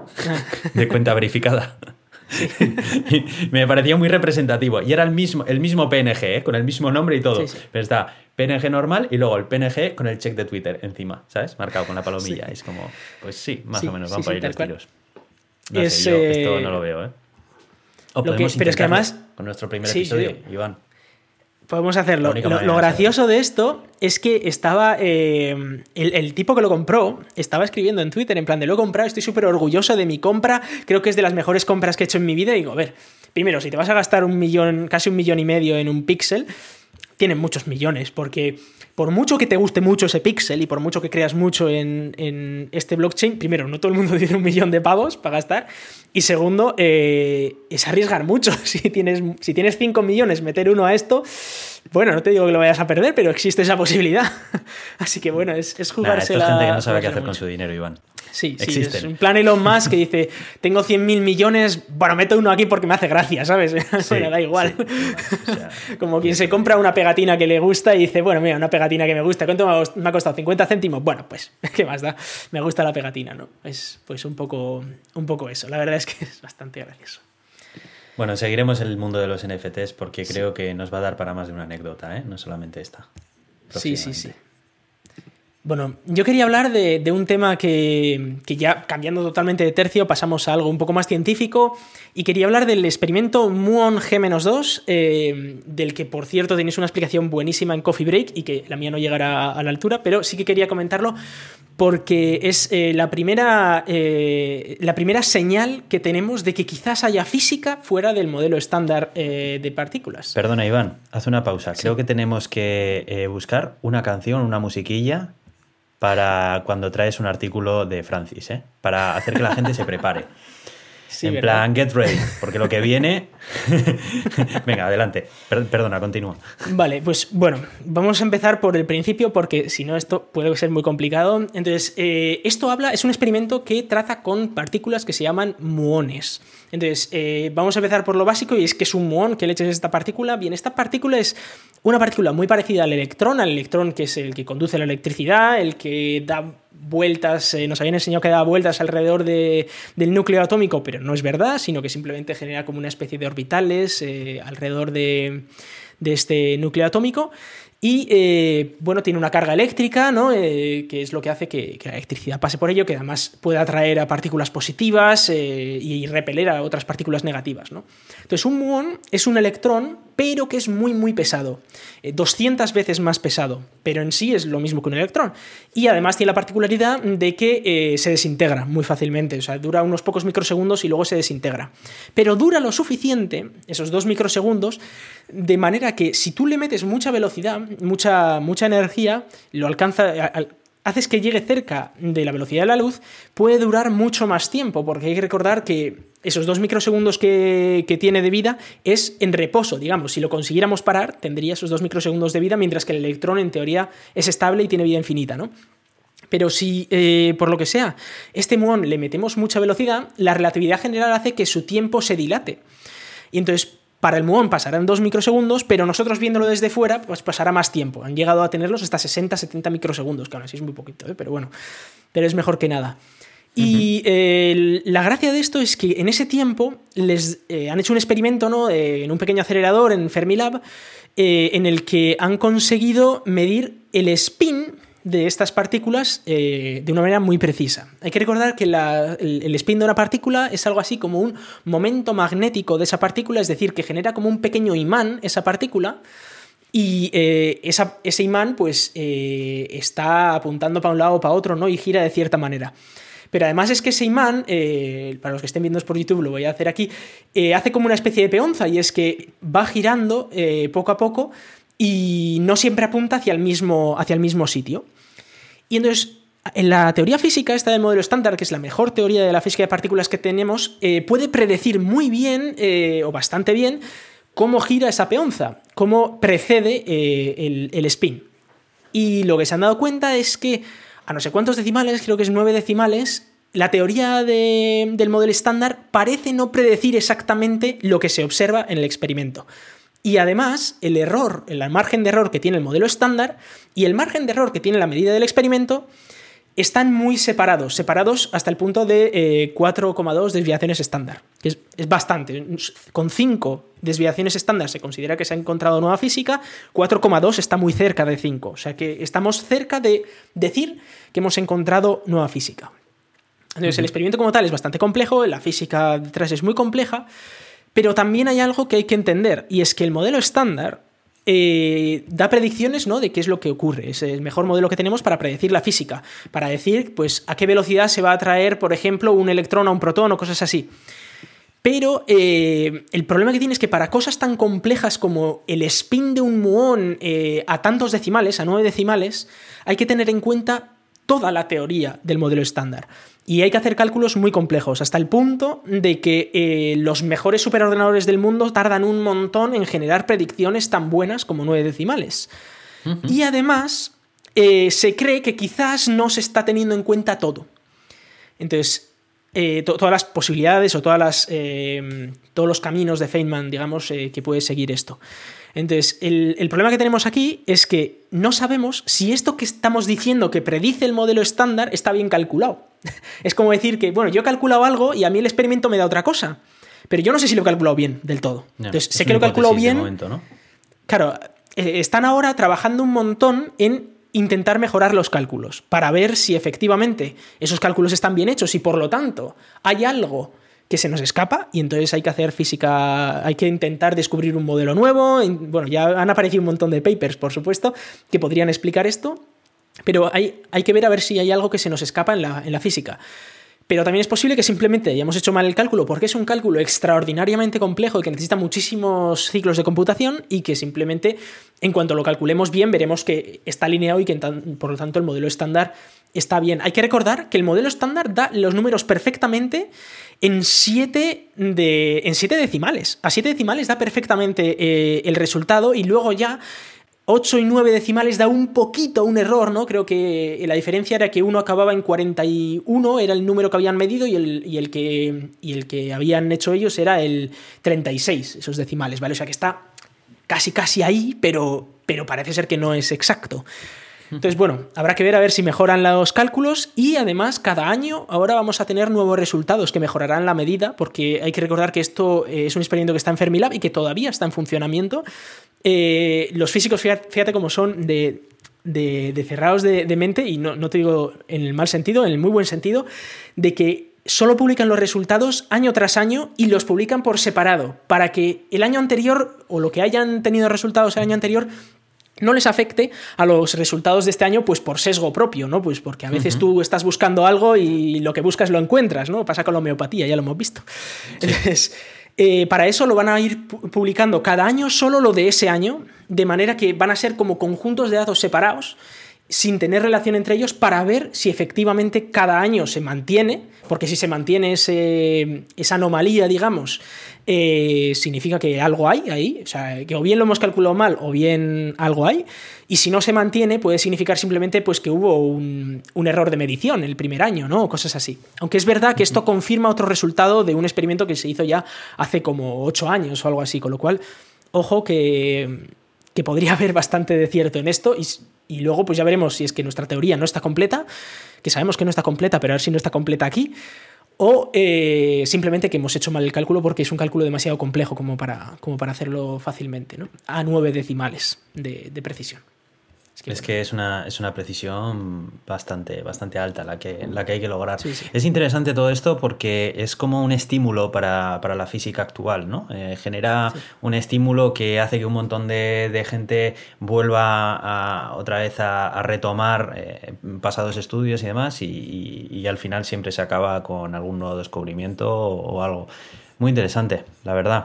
De cuenta verificada. Sí. Me parecía muy representativo. Y era el mismo, el mismo P N G, ¿eh? Con el mismo nombre y todo. Sí, sí. Pero está P N G normal y luego el P N G con el check de Twitter encima, ¿sabes? Marcado con la palomilla. Sí. Es como, pues sí, más sí, o menos van sí, por ahí los tiros. No es, sé, yo eh... esto no lo veo, ¿eh? O lo que, pero es que además... Con nuestro primer sí, episodio, sí. Iván. Podemos hacerlo. Lo, lo gracioso de esto es que estaba... Eh, el, el tipo que lo compró estaba escribiendo en Twitter en plan de lo he comprado, estoy súper orgulloso de mi compra, creo que es de las mejores compras que he hecho en mi vida. Y digo, a ver, primero, si te vas a gastar un millón, casi un millón y medio en un píxel, tienen muchos millones, porque por mucho que te guste mucho ese píxel y por mucho que creas mucho en, en este blockchain, primero, no todo el mundo tiene un millón de pavos para gastar, y segundo, eh, es arriesgar mucho. Si tienes, si tienes cinco millones, meter uno a esto, bueno, no te digo que lo vayas a perder, pero existe esa posibilidad. Así que bueno, es, es jugársela. Nah, esto es gente que no sabe qué hacer mucho con su dinero, Iván. Sí, sí, es un plan Elon Musk que dice, tengo cien mil millones, bueno, meto uno aquí porque me hace gracia, ¿sabes? Sí, bueno, da igual. Sí, o sea, como quien se compra una pegatina que le gusta y dice, bueno, mira, una pegatina que me gusta, ¿cuánto me ha costado? ¿cincuenta céntimos? Bueno, pues, ¿qué más da? Me gusta la pegatina, ¿no? Es pues un poco, un poco eso. La verdad es que es bastante gracioso. Bueno, seguiremos el mundo de los N F Ts porque sí. creo que nos va a dar para más de una anécdota, ¿eh? No solamente esta. Sí, sí, sí. Bueno, yo quería hablar de, de un tema que, que ya cambiando totalmente de tercio pasamos a algo un poco más científico y quería hablar del experimento muon G dos, eh, del que por cierto tenéis una explicación buenísima en Coffee Break y que la mía no llegará a la altura, pero sí que quería comentarlo porque es eh, la, primera, eh, la primera señal que tenemos de que quizás haya física fuera del modelo estándar eh, de partículas. Perdona, Iván, haz una pausa. Sí. Creo que tenemos que eh, buscar una canción, una musiquilla para cuando traes un artículo de Francis, ¿eh? Para hacer que la gente se prepare. Sí, en ¿verdad? Plan, get ready, porque lo que viene... Venga, adelante. Perdona, continúa. Vale, pues bueno, vamos a empezar por el principio porque si no esto puede ser muy complicado. Entonces, eh, esto habla, es un experimento que trata con partículas que se llaman muones. Entonces, eh, vamos a empezar por lo básico y es que es un muón. ¿Qué leches es esta partícula? Bien, esta partícula es una partícula muy parecida al electrón, al electrón que es el que conduce la electricidad, el que da vueltas, eh, nos habían enseñado que da vueltas alrededor de, del núcleo atómico, pero no es verdad, sino que simplemente genera como una especie de orbitales eh, alrededor de, de este núcleo atómico. Y eh, bueno, tiene una carga eléctrica, ¿no? Eh, que es lo que hace que, que la electricidad pase por ello, que además puede atraer a partículas positivas eh, y repeler a otras partículas negativas, ¿no? Entonces, un muón es un electrón, pero que es muy, muy pesado. Eh, doscientas veces más pesado, pero en sí es lo mismo que un electrón. Y además tiene la particularidad de que eh, se desintegra muy fácilmente. O sea, dura unos pocos microsegundos y luego se desintegra. Pero dura lo suficiente, esos dos microsegundos, de manera que si tú le metes mucha velocidad, mucha, mucha energía, lo alcanza, al, haces que llegue cerca de la velocidad de la luz, puede durar mucho más tiempo, porque hay que recordar que esos dos microsegundos que, que tiene de vida es en reposo, digamos. Si lo consiguiéramos parar, tendría esos dos microsegundos de vida, mientras que el electrón, en teoría, es estable y tiene vida infinita, ¿no? Pero si, eh, por lo que sea, este muón le metemos mucha velocidad, la relatividad general hace que su tiempo se dilate. Y entonces, para el muón pasarán dos microsegundos, pero nosotros viéndolo desde fuera, pues pasará más tiempo. Han llegado a tenerlos hasta sesenta a setenta microsegundos, que aún así es muy poquito, ¿eh? Pero bueno, pero es mejor que nada. Y eh, la gracia de esto es que en ese tiempo les eh, han hecho un experimento, ¿no? eh, en un pequeño acelerador, en Fermilab, eh, en el que han conseguido medir el spin de estas partículas eh, de una manera muy precisa. Hay que recordar que la, el, el spin de una partícula es algo así como un momento magnético de esa partícula, es decir, que genera como un pequeño imán esa partícula y eh, esa, ese imán pues eh, está apuntando para un lado o para otro, ¿no? Y gira de cierta manera. Pero además es que ese imán, eh, para los que estén viendo por YouTube, lo voy a hacer aquí, eh, hace como una especie de peonza y es que va girando eh, poco a poco y no siempre apunta hacia el mismo, hacia el mismo sitio. Y entonces, en la teoría física, esta del modelo estándar, que es la mejor teoría de la física de partículas que tenemos, eh, puede predecir muy bien, eh, o bastante bien, cómo gira esa peonza, cómo precede eh, el, el spin. Y lo que se han dado cuenta es que a no sé cuántos decimales, creo que es nueve decimales, la teoría de, del modelo estándar parece no predecir exactamente lo que se observa en el experimento. Y además, el error, el margen de error que tiene el modelo estándar y el margen de error que tiene la medida del experimento están muy separados, separados hasta el punto de eh, cuatro coma dos desviaciones estándar, que es, es bastante. Con cinco desviaciones estándar se considera que se ha encontrado nueva física, cuatro coma dos está muy cerca de cinco, o sea que estamos cerca de decir que hemos encontrado nueva física. Entonces, uh-huh. El experimento como tal es bastante complejo, la física detrás es muy compleja, pero también hay algo que hay que entender, y es que el modelo estándar eh, da predicciones, ¿no?, de qué es lo que ocurre. Es el mejor modelo que tenemos para predecir la física, para decir pues, a qué velocidad se va a atraer, por ejemplo, un electrón a un protón o cosas así. Pero eh, el problema que tiene es que para cosas tan complejas como el spin de un muón eh, a tantos decimales, a nueve decimales, hay que tener en cuenta toda la teoría del modelo estándar. Y hay que hacer cálculos muy complejos, hasta el punto de que eh, los mejores superordenadores del mundo tardan un montón en generar predicciones tan buenas como nueve decimales. Uh-huh. Y además, eh, se cree que quizás no se está teniendo en cuenta todo. Entonces, eh, to- todas las posibilidades o todas las, eh, todos los caminos de Feynman, digamos, eh, que puede seguir esto. Entonces, el, el problema que tenemos aquí es que no sabemos si esto que estamos diciendo que predice el modelo estándar está bien calculado. Es como decir que, bueno, yo he calculado algo y a mí el experimento me da otra cosa, pero yo no sé si lo he calculado bien del todo. No, Entonces, sé que lo he calculado bien. Momento, ¿no? Claro, eh, están ahora trabajando un montón en intentar mejorar los cálculos para ver si efectivamente esos cálculos están bien hechos y por lo tanto hay algo que se nos escapa y entonces hay que hacer física, hay que intentar descubrir un modelo nuevo. Bueno, ya han aparecido un montón de papers, por supuesto, que podrían explicar esto, pero hay, hay que ver a ver si hay algo que se nos escapa en la, en la física. Pero también es posible que simplemente hayamos hecho mal el cálculo porque es un cálculo extraordinariamente complejo y que necesita muchísimos ciclos de computación y que simplemente en cuanto lo calculemos bien veremos que está alineado y que por lo tanto el modelo estándar está bien. Hay que recordar que el modelo estándar da los números perfectamente en siete de, en siete decimales. A siete decimales da perfectamente eh, el resultado y luego ya ocho y nueve decimales da un poquito un error, ¿no? Creo que la diferencia era que uno acababa en cuarenta y uno, era el número que habían medido, y el, y el, que, y el que habían hecho ellos era el treinta y seis, esos decimales, ¿vale? O sea que está casi casi ahí, pero, pero parece ser que no es exacto. Entonces, bueno, habrá que ver a ver si mejoran los cálculos y además cada año ahora vamos a tener nuevos resultados que mejorarán la medida, porque hay que recordar que esto es un experimento que está en Fermilab y que todavía está en funcionamiento. Eh, los físicos, fíjate, fíjate cómo son de, de, de cerrados de, de mente, y no, no te digo en el mal sentido, en el muy buen sentido, de que solo publican los resultados año tras año y los publican por separado, para que el año anterior o lo que hayan tenido resultados el año anterior no les afecte a los resultados de este año, pues por sesgo propio, ¿no? Pues porque a veces uh-huh. tú estás buscando algo y lo que buscas lo encuentras, ¿no? Pasa con la homeopatía, ya lo hemos visto. Sí. Entonces, eh, para eso lo van a ir publicando cada año solo lo de ese año, de manera que van a ser como conjuntos de datos separados, sin tener relación entre ellos, para ver si efectivamente cada año se mantiene, porque si se mantiene ese, esa anomalía, digamos, eh, significa que algo hay ahí, o sea, que o bien lo hemos calculado mal o bien algo hay, y si no se mantiene puede significar simplemente pues, que hubo un, un error de medición el primer año, ¿no? O cosas así. Aunque es verdad que esto confirma otro resultado de un experimento que se hizo ya hace como ocho años o algo así, con lo cual, ojo que, que podría haber bastante de cierto en esto, y Y luego pues ya veremos si es que nuestra teoría no está completa, que sabemos que no está completa, pero a ver si no está completa aquí, o eh, simplemente que hemos hecho mal el cálculo porque es un cálculo demasiado complejo como para, como para hacerlo fácilmente, ¿no? A nueve decimales de, de precisión. Es que, es, que es, una, es una precisión bastante, bastante alta la que, la que hay que lograr. Sí, sí. Es interesante todo esto porque es como un estímulo para, para la física actual, ¿no? Eh, genera sí. un estímulo que hace que un montón de, de gente vuelva a, otra vez a, a retomar eh, pasados estudios y demás, y, y, y al final siempre se acaba con algún nuevo descubrimiento o, o algo. Muy interesante, la verdad.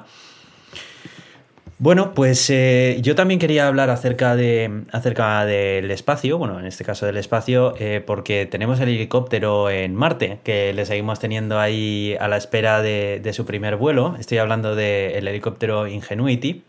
Bueno, pues eh, yo también quería hablar acerca de acerca del espacio, bueno, en este caso del espacio, eh, porque tenemos el helicóptero en Marte, que le seguimos teniendo ahí a la espera de, de su primer vuelo. Estoy hablando del helicóptero Ingenuity,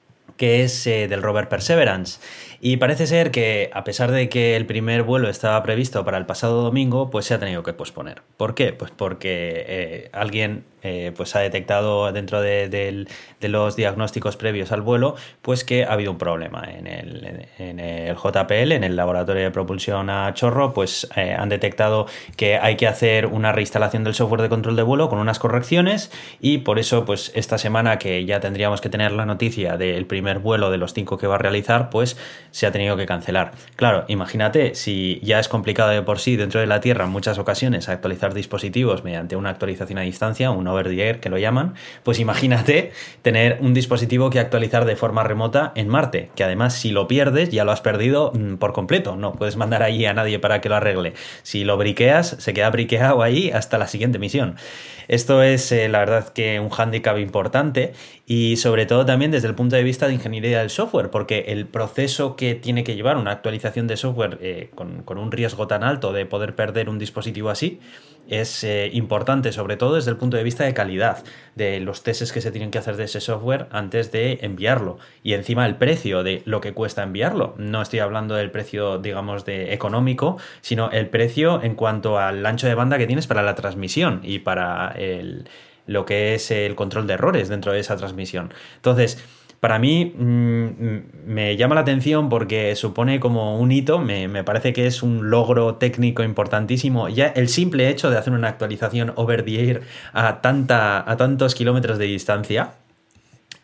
que es eh, del rover Perseverance. Y parece ser que, a pesar de que el primer vuelo estaba previsto para el pasado domingo, pues se ha tenido que posponer. ¿Por qué? Pues porque eh, alguien eh, pues ha detectado dentro de, de, de los diagnósticos previos al vuelo, pues que ha habido un problema en el, en el J P L, en el laboratorio de propulsión a chorro, pues eh, han detectado que hay que hacer una reinstalación del software de control de vuelo con unas correcciones, y por eso, pues esta semana que ya tendríamos que tener la noticia del primer vuelo de los cinco que va a realizar, pues se ha tenido que cancelar. Claro, imagínate, si ya es complicado de por sí dentro de la Tierra en muchas ocasiones actualizar dispositivos mediante una actualización a distancia, un over the air que lo llaman, pues imagínate tener un dispositivo que actualizar de forma remota en Marte, que además si lo pierdes ya lo has perdido por completo, no puedes mandar ahí a nadie para que lo arregle. Si lo briqueas, se queda briqueado ahí hasta la siguiente misión. Esto es, eh, la verdad, que un hándicap importante, y sobre todo también desde el punto de vista de ingeniería del software, porque el proceso que tiene que llevar una actualización de software eh, con, con un riesgo tan alto de poder perder un dispositivo así es eh, importante, sobre todo desde el punto de vista de calidad, de los tests que se tienen que hacer de ese software antes de enviarlo, y encima el precio de lo que cuesta enviarlo. No estoy hablando del precio, digamos, de económico, sino el precio en cuanto al ancho de banda que tienes para la transmisión y para el, lo que es el control de errores dentro de esa transmisión. Entonces, para mí mmm, me llama la atención porque supone como un hito, me, me parece que es un logro técnico importantísimo. Ya el simple hecho de hacer una actualización over the air a, tanta, a tantos kilómetros de distancia.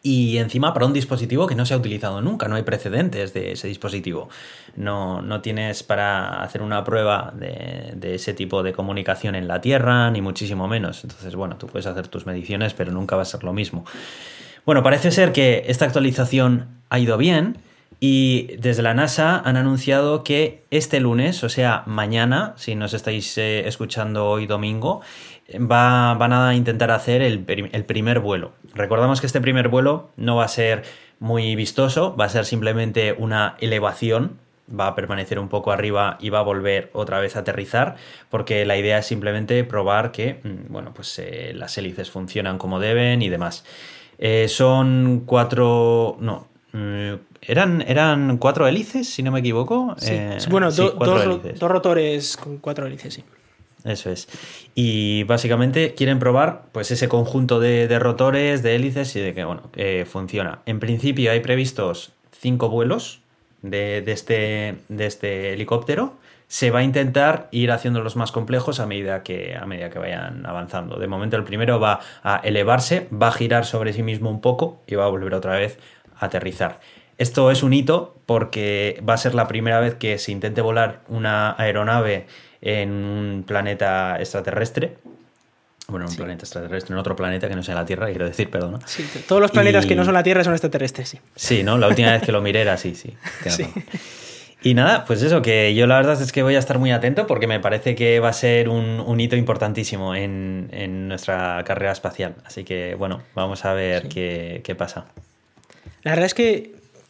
Y encima para un dispositivo que no se ha utilizado nunca, no hay precedentes de ese dispositivo. No, no tienes para hacer una prueba de, de ese tipo de comunicación en la Tierra, ni muchísimo menos. Entonces, bueno, tú puedes hacer tus mediciones, pero nunca va a ser lo mismo. Bueno, parece ser que esta actualización ha ido bien y desde la NASA han anunciado que este lunes, o sea, mañana, si nos estáis eh, escuchando hoy domingo, Va, van a intentar hacer el, el primer vuelo. Recordamos que este primer vuelo no va a ser muy vistoso, va a ser simplemente una elevación, va a permanecer un poco arriba y va a volver otra vez a aterrizar, porque la idea es simplemente probar que bueno, pues, eh, las hélices funcionan como deben y demás. Eh, son cuatro... no... ¿Eran, ¿Eran cuatro hélices, si no me equivoco? Sí. Eh, bueno, sí, do, dos, hélices. dos rotores con cuatro hélices, sí. Eso es. Y básicamente quieren probar pues ese conjunto de, de rotores, de hélices y de que bueno, eh, funciona. En principio hay previstos cinco vuelos de, de, este, de este helicóptero. Se va a intentar ir haciendo los más complejos a medida que, a medida que vayan avanzando. De momento el primero va a elevarse, va a girar sobre sí mismo un poco y va a volver otra vez a aterrizar. Esto es un hito porque va a ser la primera vez que se intente volar una aeronave en un planeta extraterrestre. Bueno, en un sí. planeta extraterrestre, en otro planeta que no sea la Tierra, quiero decir, perdona. Sí, todos los planetas y... que no son la Tierra son extraterrestres, sí. Sí, ¿no? La última vez que lo miré era así, sí. sí. Y nada, pues eso, que yo la verdad es que voy a estar muy atento porque me parece que va a ser un, un hito importantísimo en, en nuestra carrera espacial. Así que, bueno, vamos a ver sí. qué, qué pasa. La verdad es que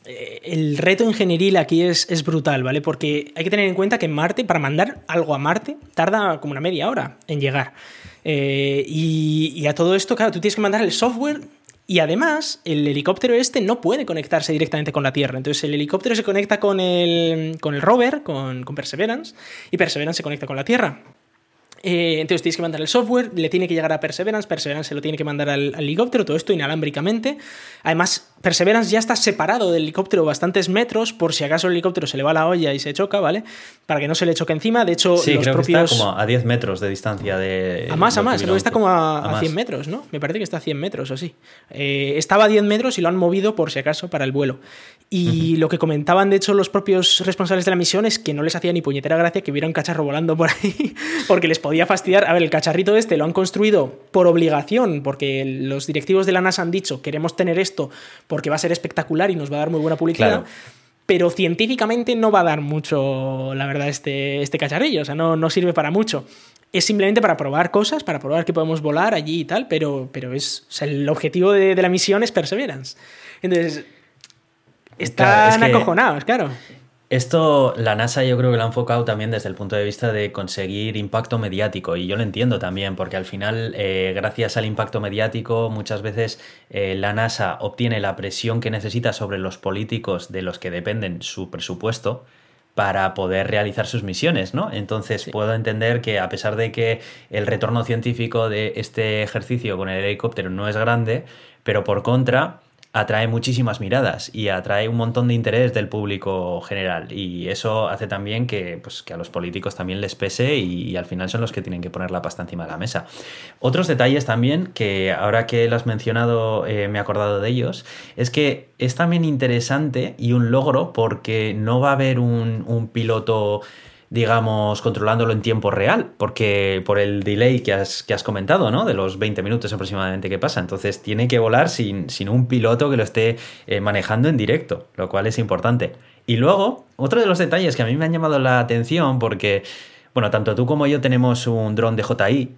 el reto ingenieril aquí es, es brutal, ¿vale? Porque hay que tener en cuenta que en Marte, para mandar algo a Marte, tarda como una media hora en llegar. Eh, y, y a todo esto, claro, tú tienes que mandar el software y además el helicóptero este no puede conectarse directamente con la Tierra. Entonces el helicóptero se conecta con el, con el rover, con, con Perseverance, y Perseverance se conecta con la Tierra. Eh, entonces tienes que mandar el software, le tiene que llegar a Perseverance, Perseverance se lo tiene que mandar al, al helicóptero, todo esto inalámbricamente. Además, Perseverance ya está separado del helicóptero bastantes metros, por si acaso el helicóptero se le va la olla y se choca, ¿vale? Para que no se le choque encima. De hecho, sí, los creo propios... que está como a diez metros de distancia de... A más, a más, creo que está como a, a, a cien metros, ¿no? Me parece que está a cien metros o sí. Eh, estaba a diez metros y lo han movido por si acaso para el vuelo. Y uh-huh. lo que comentaban, de hecho, los propios responsables de la misión es que no les hacía ni puñetera gracia que hubiera un cacharro volando por ahí, porque les podía fastidiar. A ver, el cacharrito este lo han construido por obligación, porque los directivos de la NASA han dicho queremos tener esto porque va a ser espectacular y nos va a dar muy buena publicidad. Claro. Pero científicamente no va a dar mucho, la verdad, este, este cacharrillo. O sea, no, no sirve para mucho. Es simplemente para probar cosas, para probar que podemos volar allí y tal, pero, pero es, o sea, el objetivo de, de la misión es Perseverance. Entonces, están claro, es que acojonados, claro. Esto la NASA yo creo que lo ha enfocado también desde el punto de vista de conseguir impacto mediático, y yo lo entiendo también porque al final eh, gracias al impacto mediático muchas veces eh, la NASA obtiene la presión que necesita sobre los políticos de los que dependen su presupuesto para poder realizar sus misiones, ¿no? Entonces sí. puedo entender que a pesar de que el retorno científico de este ejercicio con el helicóptero no es grande, pero por contra atrae muchísimas miradas y atrae un montón de interés del público general, y eso hace también que, pues, que a los políticos también les pese y, y al final son los que tienen que poner la pasta encima de la mesa. Otros detalles también que ahora que lo has mencionado eh, me he acordado de ellos, es que es también interesante y un logro porque no va a haber un, un piloto, digamos, controlándolo en tiempo real, porque por el delay que has, que has comentado, ¿no? De los veinte minutos aproximadamente que pasa. Entonces tiene que volar sin, sin un piloto que lo esté eh, manejando en directo, lo cual es importante. Y luego, otro de los detalles que a mí me han llamado la atención, porque, bueno, tanto tú como yo tenemos un dron de J I,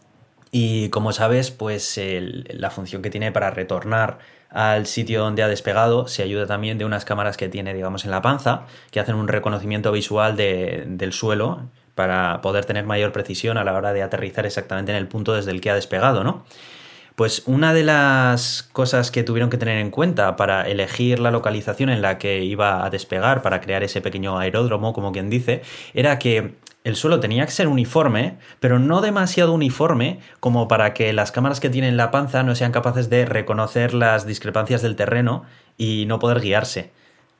y como sabes, pues el, la función que tiene para retornar al sitio donde ha despegado se ayuda también de unas cámaras que tiene, digamos, en la panza, que hacen un reconocimiento visual de, del suelo para poder tener mayor precisión a la hora de aterrizar exactamente en el punto desde el que ha despegado, ¿no? Pues una de las cosas que tuvieron que tener en cuenta para elegir la localización en la que iba a despegar, para crear ese pequeño aeródromo, como quien dice, era que el suelo tenía que ser uniforme, pero no demasiado uniforme como para que las cámaras que tienen en la panza no sean capaces de reconocer las discrepancias del terreno y no poder guiarse.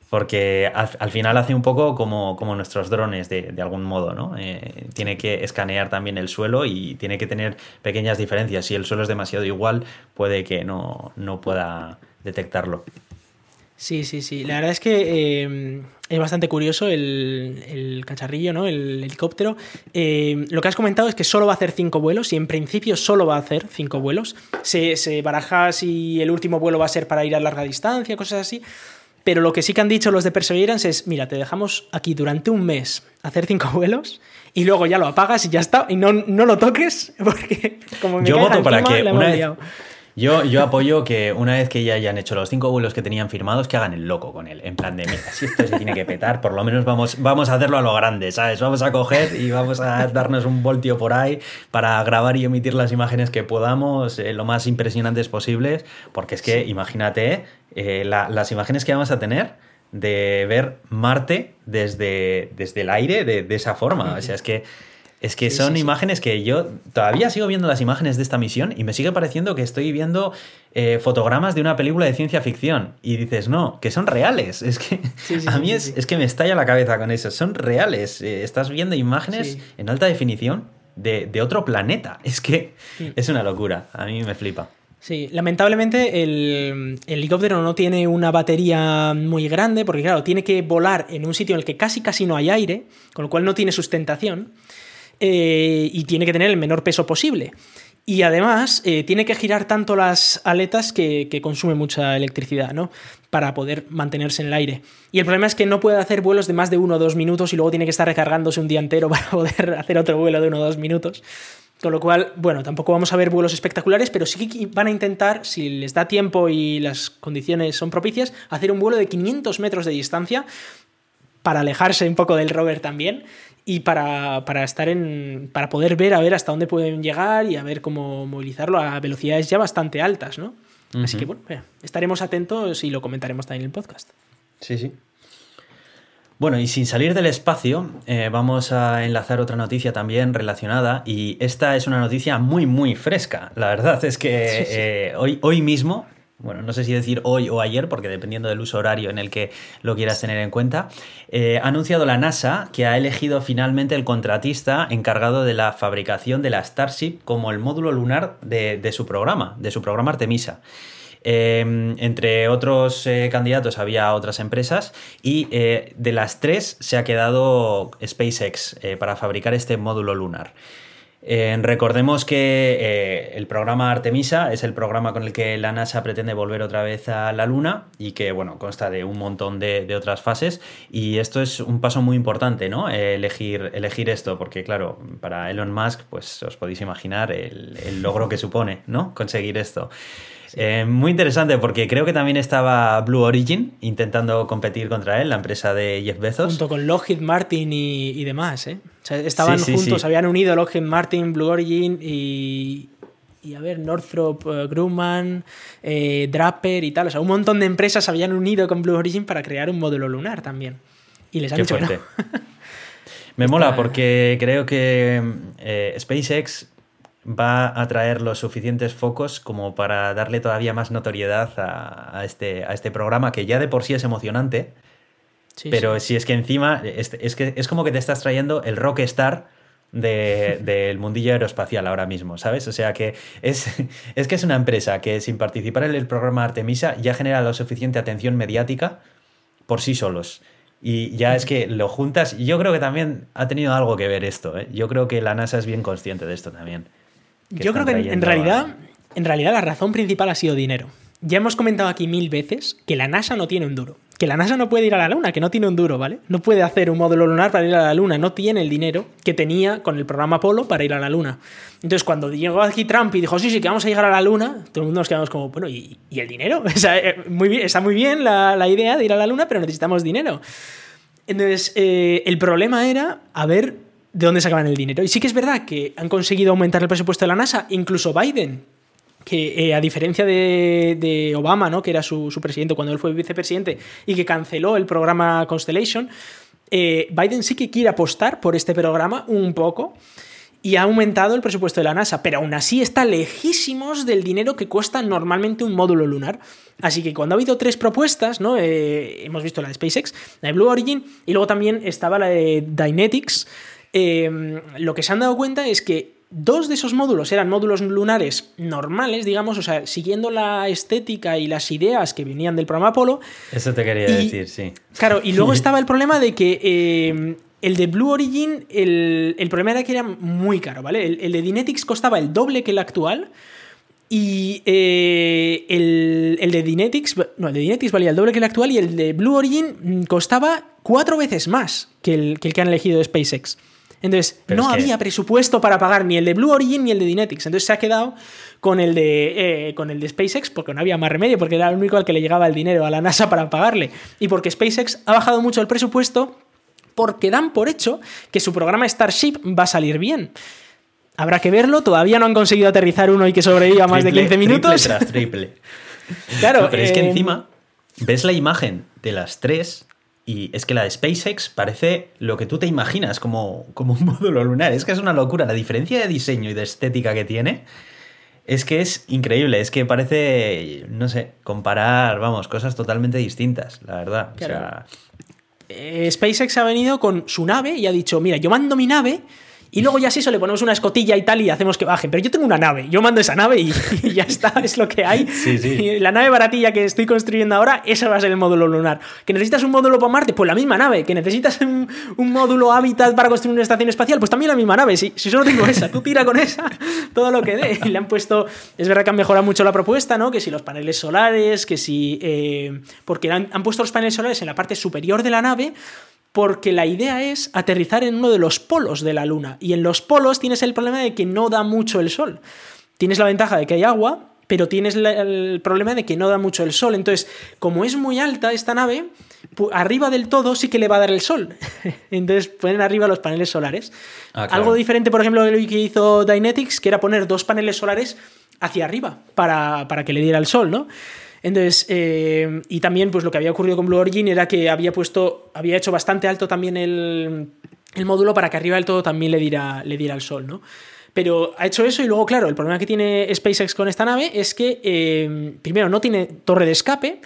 Porque al, al final hace un poco como, como nuestros drones, de, de algún modo, ¿no? Eh, tiene que escanear también el suelo y tiene que tener pequeñas diferencias. Si el suelo es demasiado igual, puede que no, no pueda detectarlo. Sí, sí, sí. La verdad es que eh, es bastante curioso el, el cacharrillo, ¿no? El helicóptero. Eh, lo que has comentado es que solo va a hacer cinco vuelos y en principio solo va a hacer cinco vuelos. Se, se baraja si el último vuelo va a ser para ir a larga distancia, cosas así. Pero lo que sí que han dicho los de Perseverance es, mira, te dejamos aquí durante un mes hacer cinco vuelos y luego ya lo apagas y ya está. Y no, no lo toques porque como me Yo voto para encima, que la una hemos vez, liado. yo, yo apoyo que una vez que ya hayan hecho los cinco vuelos que tenían firmados, que hagan el loco con él. En plan de, mira, si esto se tiene que petar, por lo menos vamos, vamos a hacerlo a lo grande, ¿sabes? Vamos a coger y vamos a darnos un voltio por ahí para grabar y emitir las imágenes que podamos, eh, lo más impresionantes posibles, porque es que, sí. imagínate, eh, la, las imágenes que vamos a tener de ver Marte desde, desde el aire de, de esa forma. O sea, es que, es que sí, son sí, imágenes sí. que yo todavía sigo viendo las imágenes de esta misión y me sigue pareciendo que estoy viendo eh, fotogramas de una película de ciencia ficción. Y dices, no, que son reales. Es que sí, sí, a mí sí, es, sí. es que me estalla la cabeza con eso. Son reales. Eh, estás viendo imágenes sí. en alta definición de, de otro planeta. Es que sí. es una locura. A mí me flipa. Sí, lamentablemente el, el helicóptero no tiene una batería muy grande porque, claro, tiene que volar en un sitio en el que casi casi no hay aire, con lo cual no tiene sustentación eh, y tiene que tener el menor peso posible. Y además eh, tiene que girar tanto las aletas que, que consume mucha electricidad, ¿no? Para poder mantenerse en el aire. Y el problema es que no puede hacer vuelos de más de uno o dos minutos y luego tiene que estar recargándose un día entero para poder hacer otro vuelo de uno o dos minutos. Con lo cual, bueno, tampoco vamos a ver vuelos espectaculares, pero sí que van a intentar, si les da tiempo y las condiciones son propicias, hacer un vuelo de quinientos metros de distancia para alejarse un poco del rover también y para, para estar en para poder ver a ver hasta dónde pueden llegar y a ver cómo movilizarlo a velocidades ya bastante altas, ¿no? Uh-huh. Así que, bueno, estaremos atentos y lo comentaremos también en el podcast. Sí, sí. Bueno, y sin salir del espacio, eh, vamos a enlazar otra noticia también relacionada, y esta es una noticia muy, muy fresca. La verdad es que sí, sí. Eh, hoy, hoy mismo, bueno, no sé si decir hoy o ayer, porque dependiendo del uso horario en el que lo quieras tener en cuenta, eh, ha anunciado la NASA que ha elegido finalmente el contratista encargado de la fabricación de la Starship como el módulo lunar de, de su programa, de su programa Artemisa. Eh, entre otros eh, candidatos había otras empresas y eh, de las tres se ha quedado SpaceX eh, para fabricar este módulo lunar. Eh, recordemos que eh, el programa Artemisa es el programa con el que la NASA pretende volver otra vez a la Luna y que, bueno, consta de un montón de, de otras fases, y esto es un paso muy importante, ¿no? Eh, elegir, elegir esto, porque claro, para Elon Musk, pues os podéis imaginar el, el logro que supone, ¿no? Conseguir esto. Sí. Eh, muy interesante porque creo que también estaba Blue Origin intentando competir contra él, la empresa de Jeff Bezos. Junto con Lockheed Martin y, y demás, ¿eh? O sea, estaban sí, sí, juntos, sí. habían unido Lockheed Martin, Blue Origin y, y a ver, Northrop uh, Grumman, eh, Draper y tal. O sea, un montón de empresas habían unido con Blue Origin para crear un módulo lunar también. Y les han Qué dicho fuerte. que no. Me Está... mola porque creo que eh, SpaceX va a traer los suficientes focos como para darle todavía más notoriedad a, a, este, a este programa, que ya de por sí es emocionante, sí, pero sí. si es que encima es, es, que es como que te estás trayendo el rockstar de, del mundillo aeroespacial ahora mismo, ¿sabes? O sea que es, es que es una empresa que sin participar en el programa Artemisa ya genera la suficiente atención mediática por sí solos. Y ya es que lo juntas, y yo creo que también ha tenido algo que ver esto, ¿eh? Yo creo que la NASA es bien consciente de esto también. Yo creo que en, en realidad a... en realidad la razón principal ha sido dinero. Ya hemos comentado aquí mil veces que la NASA no tiene un duro. Que la NASA no puede ir a la Luna, que no tiene un duro, ¿vale? No puede hacer un módulo lunar para ir a la Luna. No tiene el dinero que tenía con el programa Apolo para ir a la Luna. Entonces, cuando llegó aquí Trump y dijo, sí, sí, que vamos a llegar a la Luna, todo el mundo nos quedamos como, bueno, ¿y, y el dinero? O sea, muy bien, está muy bien la, la idea de ir a la Luna, pero necesitamos dinero. Entonces, eh, el problema era a ver de dónde sacaban el dinero. Y sí que es verdad que han conseguido aumentar el presupuesto de la NASA, incluso Biden, que eh, a diferencia de, de Obama, ¿no? Que era su, su presidente cuando él fue vicepresidente y que canceló el programa Constellation, eh, Biden sí que quiere apostar por este programa un poco y ha aumentado el presupuesto de la NASA, pero aún así está lejísimos del dinero que cuesta normalmente un módulo lunar. Así que cuando ha habido tres propuestas, ¿no? Eh, hemos visto la de SpaceX, la de Blue Origin, y luego también estaba la de Dynetics. Eh, lo que se han dado cuenta es que dos de esos módulos eran módulos lunares normales, digamos, o sea, siguiendo la estética y las ideas que venían del programa Apolo. Eso te quería y, decir, sí. Claro, y luego estaba el problema de que eh, el de Blue Origin, el, el problema era que era muy caro, ¿vale? El, el de Dynetics costaba el doble que el actual. Y eh, el, el de Dynetics, no, el de Dynetics valía el doble que el actual, y el de Blue Origin costaba cuatro veces más que el que, el que han elegido de SpaceX. Entonces, Pero no es que... había presupuesto para pagar ni el de Blue Origin ni el de Dynetics. Entonces se ha quedado con el de, eh, con el de SpaceX porque no había más remedio, porque era el único al que le llegaba el dinero a la NASA para pagarle. Y porque SpaceX ha bajado mucho el presupuesto porque dan por hecho que su programa Starship va a salir bien. Habrá que verlo, todavía no han conseguido aterrizar uno y que sobreviva más triple, de quince minutos. Triple tras triple. Claro, no, pero eh... es que encima ves la imagen de las tres y es que la de SpaceX parece lo que tú te imaginas como, como un módulo lunar. Es que es una locura. La diferencia de diseño y de estética que tiene es que es increíble. Es que parece, no sé, comparar, vamos, cosas totalmente distintas, la verdad. Claro. O sea... eh, SpaceX ha venido con su nave y ha dicho, mira, yo mando mi nave... Y luego ya sí, eso le ponemos una escotilla y tal y hacemos que bajen. Pero yo tengo una nave, yo mando esa nave y, y ya está, es lo que hay. Sí, sí. Y la nave baratilla que estoy construyendo ahora, esa va a ser el módulo lunar. ¿Que necesitas un módulo para Marte? Pues la misma nave. ¿Que necesitas un, un módulo hábitat para construir una estación espacial? Pues también la misma nave. Si, si solo tengo esa, tú tira con esa todo lo que dé. Y le han puesto... Es verdad que han mejorado mucho la propuesta, ¿no? Que si los paneles solares, que si... Eh, porque han, han puesto los paneles solares en la parte superior de la nave... Porque la idea es aterrizar en uno de los polos de la Luna. Y en los polos tienes el problema de que no da mucho el sol. Tienes la ventaja de que hay agua, pero tienes el problema de que no da mucho el sol. Entonces, como es muy alta esta nave, arriba del todo sí que le va a dar el sol. Entonces ponen arriba los paneles solares. Ah, claro. Algo diferente, por ejemplo, de lo que hizo Dynetics, que era poner dos paneles solares hacia arriba para, para que le diera el sol, ¿no? Entonces, eh, y también pues lo que había ocurrido con Blue Origin era que había puesto, había hecho bastante alto también el, el módulo para que arriba del todo también le diera, le diera el sol, ¿no? Pero ha hecho eso y luego, claro, el problema que tiene SpaceX con esta nave es que, eh, primero, no tiene torre de escape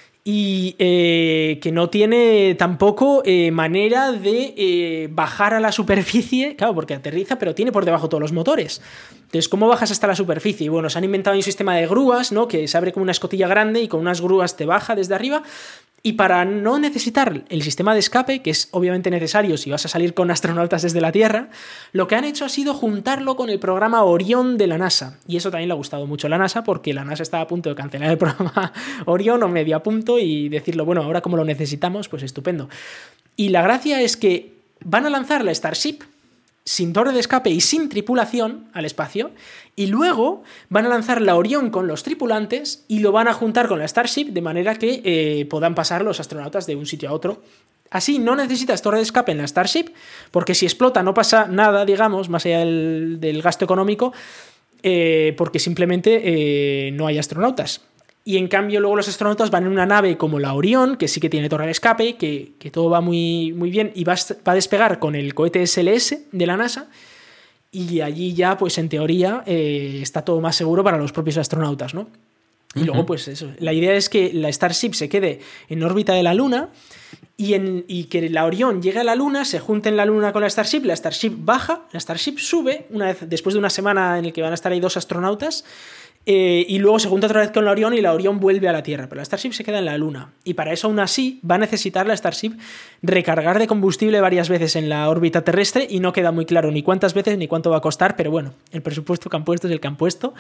y eh, que no tiene tampoco eh, manera de eh, bajar a la superficie, claro, porque aterriza, pero tiene por debajo todos los motores. Entonces, ¿cómo bajas hasta la superficie? Y bueno, se han inventado un sistema de grúas, ¿no? Que se abre como una escotilla grande y con unas grúas te baja desde arriba. Y para no necesitar el sistema de escape, que es obviamente necesario si vas a salir con astronautas desde la Tierra, lo que han hecho ha sido juntarlo con el programa Orión de la NASA. Y eso también le ha gustado mucho a la NASA, porque la NASA estaba a punto de cancelar el programa Orión o medio a punto y decirlo, bueno, ahora como lo necesitamos, pues estupendo. Y la gracia es que van a lanzar la Starship sin torre de escape y sin tripulación al espacio, y luego van a lanzar la Orión con los tripulantes y lo van a juntar con la Starship de manera que eh, puedan pasar los astronautas de un sitio a otro. Así no necesitas torre de escape en la Starship, porque si explota no pasa nada, digamos, más allá del, del gasto económico, eh, porque simplemente eh, no hay astronautas. Y en cambio luego los astronautas van en una nave como la Orión, que sí que tiene torre de escape, que, que todo va muy, muy bien, y va, va a despegar con el cohete S L S de la NASA, y allí ya, pues en teoría, eh, está todo más seguro para los propios astronautas, ¿no? Y uh-huh. luego, pues eso, la idea es que la Starship se quede en órbita de la Luna y, en, y que la Orión llegue a la Luna, se junte en la Luna con la Starship, la Starship baja, la Starship sube, una vez, después de una semana en la que van a estar ahí dos astronautas, Eh, y luego se junta otra vez con la Orión y la Orión vuelve a la Tierra, pero la Starship se queda en la Luna, y para eso aún así va a necesitar la Starship recargar de combustible varias veces en la órbita terrestre, y no queda muy claro ni cuántas veces ni cuánto va a costar, pero bueno, el presupuesto que han puesto es el que han puesto.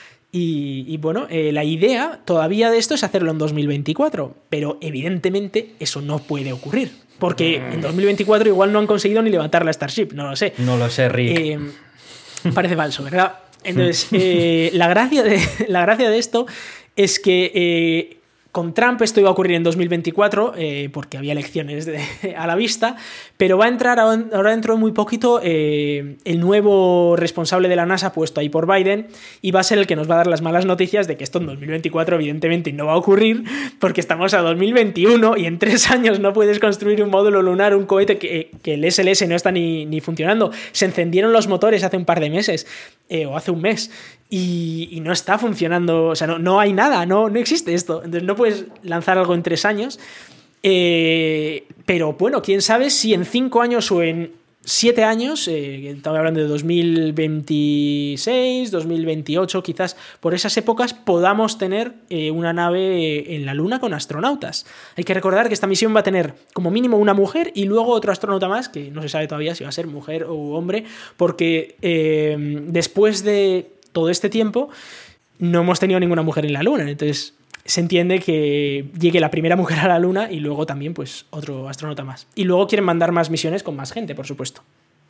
Y, y bueno, eh, la idea todavía de esto es hacerlo en dos mil veinticuatro, pero evidentemente eso no puede ocurrir, porque en dos mil veinticuatro igual no han conseguido ni levantar la Starship, no lo sé. No lo sé, Rick. Eh, parece falso, ¿verdad? Entonces, eh, la, gracia de, la gracia de esto es que eh, con Trump esto iba a ocurrir en dos mil veinticuatro, eh, porque había elecciones de, a la vista, pero va a entrar ahora dentro de muy poquito eh, el nuevo responsable de la NASA puesto ahí por Biden, y va a ser el que nos va a dar las malas noticias de que esto en dos mil veinticuatro evidentemente no va a ocurrir, porque estamos a dos mil veintiuno y en tres años no puedes construir un módulo lunar, un cohete que, que el S L S no está ni, ni funcionando. Se encendieron los motores hace un par de meses, eh, o hace un mes, y, y no está funcionando, o sea, no, no hay nada, no, no existe esto. Entonces no puedes lanzar algo en tres años, eh, pero bueno, quién sabe si en cinco años o en siete años, eh, estamos hablando de dos mil veintiséis, dos mil veintiocho, quizás por esas épocas podamos tener eh, una nave en la Luna con astronautas. Hay que recordar que esta misión va a tener como mínimo una mujer y luego otro astronauta más, que no se sabe todavía si va a ser mujer o hombre, porque eh, después de todo este tiempo no hemos tenido ninguna mujer en la Luna, entonces se entiende que llegue la primera mujer a la Luna y luego también pues otro astronauta más. Y luego quieren mandar más misiones con más gente, por supuesto.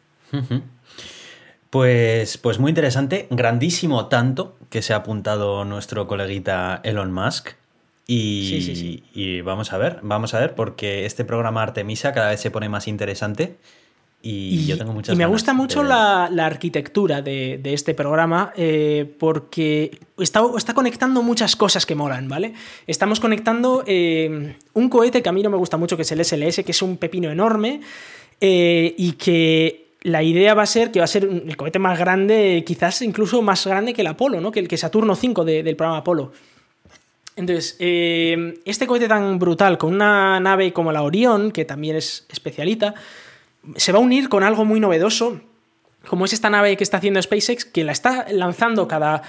Pues, pues muy interesante, grandísimo tanto que se ha apuntado nuestro coleguita Elon Musk. Y, sí, sí, sí. y vamos a ver, vamos a ver, porque este programa Artemisa cada vez se pone más interesante. Y, y yo tengo muchas Y me ganas gusta mucho de... la, la arquitectura de, de este programa, eh, porque está, está conectando muchas cosas que molan, ¿vale? Estamos conectando eh, un cohete que a mí no me gusta mucho, que es el S L S, que es un pepino enorme, eh, y que la idea va a ser que va a ser el cohete más grande, quizás incluso más grande que el Apolo, ¿no? Que el que Saturno cinco de, del programa Apolo. Entonces, eh, este cohete tan brutal, con una nave como la Orión, que también es especialita, se va a unir con algo muy novedoso, como es esta nave que está haciendo SpaceX, que la está lanzando cada...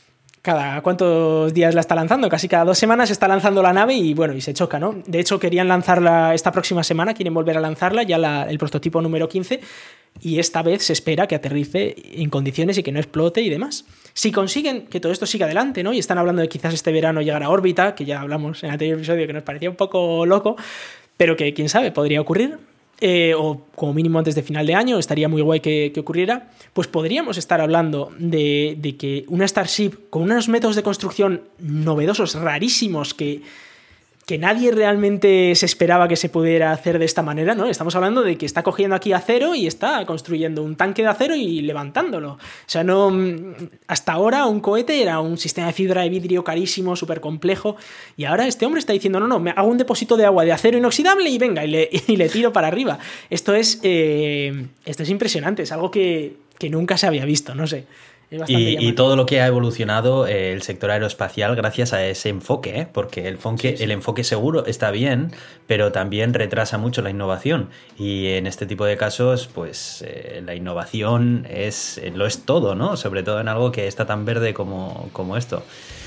cada ¿cuántos días la está lanzando? Casi cada dos semanas está lanzando la nave y bueno, y se choca, ¿no? De hecho, querían lanzarla esta próxima semana, quieren volver a lanzarla, ya la, el prototipo número quince, y esta vez se espera que aterrice en condiciones y que no explote y demás. Si consiguen que todo esto siga adelante, ¿no? Y están hablando de quizás este verano llegar a órbita, que ya hablamos en el anterior episodio que nos parecía un poco loco, pero que quién sabe, podría ocurrir. Eh, o como mínimo antes de final de año, estaría muy guay que, que ocurriera, pues podríamos estar hablando de, de que una Starship con unos métodos de construcción novedosos, rarísimos, que, que nadie realmente se esperaba que se pudiera hacer de esta manera, ¿no? Estamos hablando de que está cogiendo aquí acero y está construyendo un tanque de acero y levantándolo. O sea, no, hasta ahora un cohete era un sistema de fibra de vidrio carísimo, súper complejo, y ahora este hombre está diciendo, no, no, me hago un depósito de agua de acero inoxidable y venga, y le, y le tiro para arriba. Esto es, eh, esto es impresionante, es algo que, que nunca se había visto, no sé. Y, y todo lo que ha evolucionado eh, el sector aeroespacial gracias a ese enfoque, ¿eh? Porque el enfoque, sí, sí. el enfoque seguro está bien, pero también retrasa mucho la innovación. Y en este tipo de casos, pues eh, la innovación es, eh, lo es todo, ¿no? Sobre todo en algo que está tan verde como, como esto.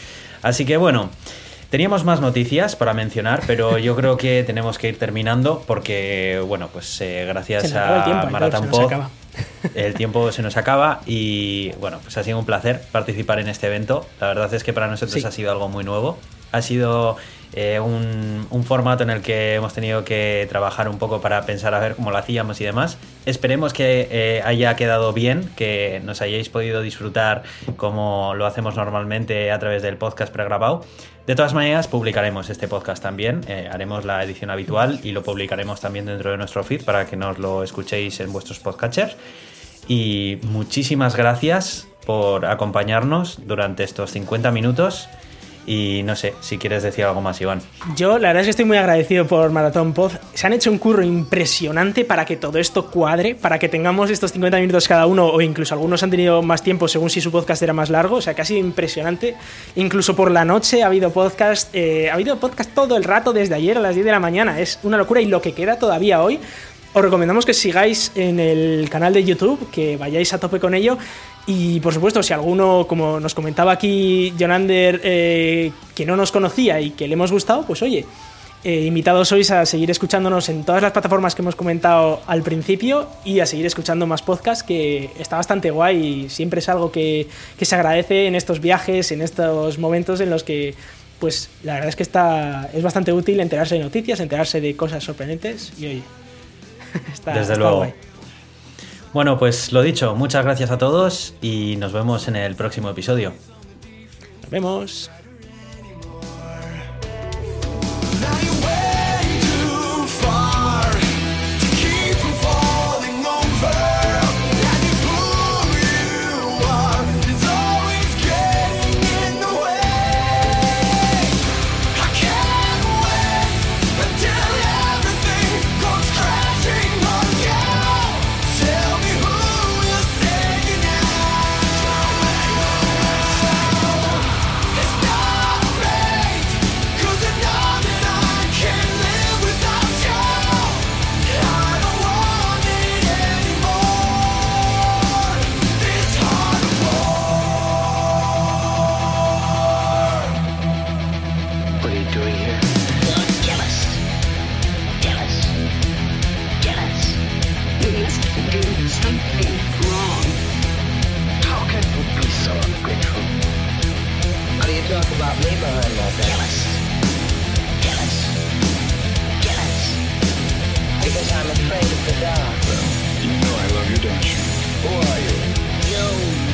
Así que bueno, teníamos más noticias para mencionar, pero yo creo que tenemos que ir terminando porque, bueno, pues eh, gracias a Marathon Pod el tiempo se nos acaba y bueno, pues ha sido un placer participar en este evento. La verdad es que para nosotros sí. ha sido algo muy nuevo. Ha sido eh, un, un formato en el que hemos tenido que trabajar un poco para pensar a ver cómo lo hacíamos y demás. Esperemos que eh, haya quedado bien, que nos hayáis podido disfrutar como lo hacemos normalmente a través del podcast pregrabado. De todas maneras, publicaremos este podcast también, eh, haremos la edición habitual y lo publicaremos también dentro de nuestro feed para que nos lo escuchéis en vuestros podcatchers. Y muchísimas gracias por acompañarnos durante estos cincuenta minutos. Y no sé, si quieres decir algo más, Iván. Yo la verdad es que estoy muy agradecido por Marathon Pod. Se han hecho un curro impresionante para que todo esto cuadre, para que tengamos estos cincuenta minutos cada uno, o incluso algunos han tenido más tiempo según si su podcast era más largo. O sea, que ha sido impresionante. Incluso por la noche ha habido podcast, eh, ha habido podcast todo el rato desde ayer a las diez de la mañana. Es una locura y lo que queda todavía hoy. Os recomendamos que sigáis en el canal de YouTube, que vayáis a tope con ello. Y por supuesto, si alguno, como nos comentaba aquí Jonander, eh, que no nos conocía y que le hemos gustado, pues oye, eh, invitados sois a seguir escuchándonos en todas las plataformas que hemos comentado al principio y a seguir escuchando más podcasts, que está bastante guay y siempre es algo que, que se agradece en estos viajes, en estos momentos en los que, pues la verdad es que está, es bastante útil enterarse de noticias, enterarse de cosas sorprendentes y oye, está, desde está luego. Guay. Bueno, pues lo dicho, muchas gracias a todos y nos vemos en el próximo episodio. Nos vemos. something wrong. How can you be so ungrateful? How do you talk about me behind my back? Jealous. Jealous. Jealous. Because I'm afraid of the dark. Well, you know I love you, don't you? Who are you? You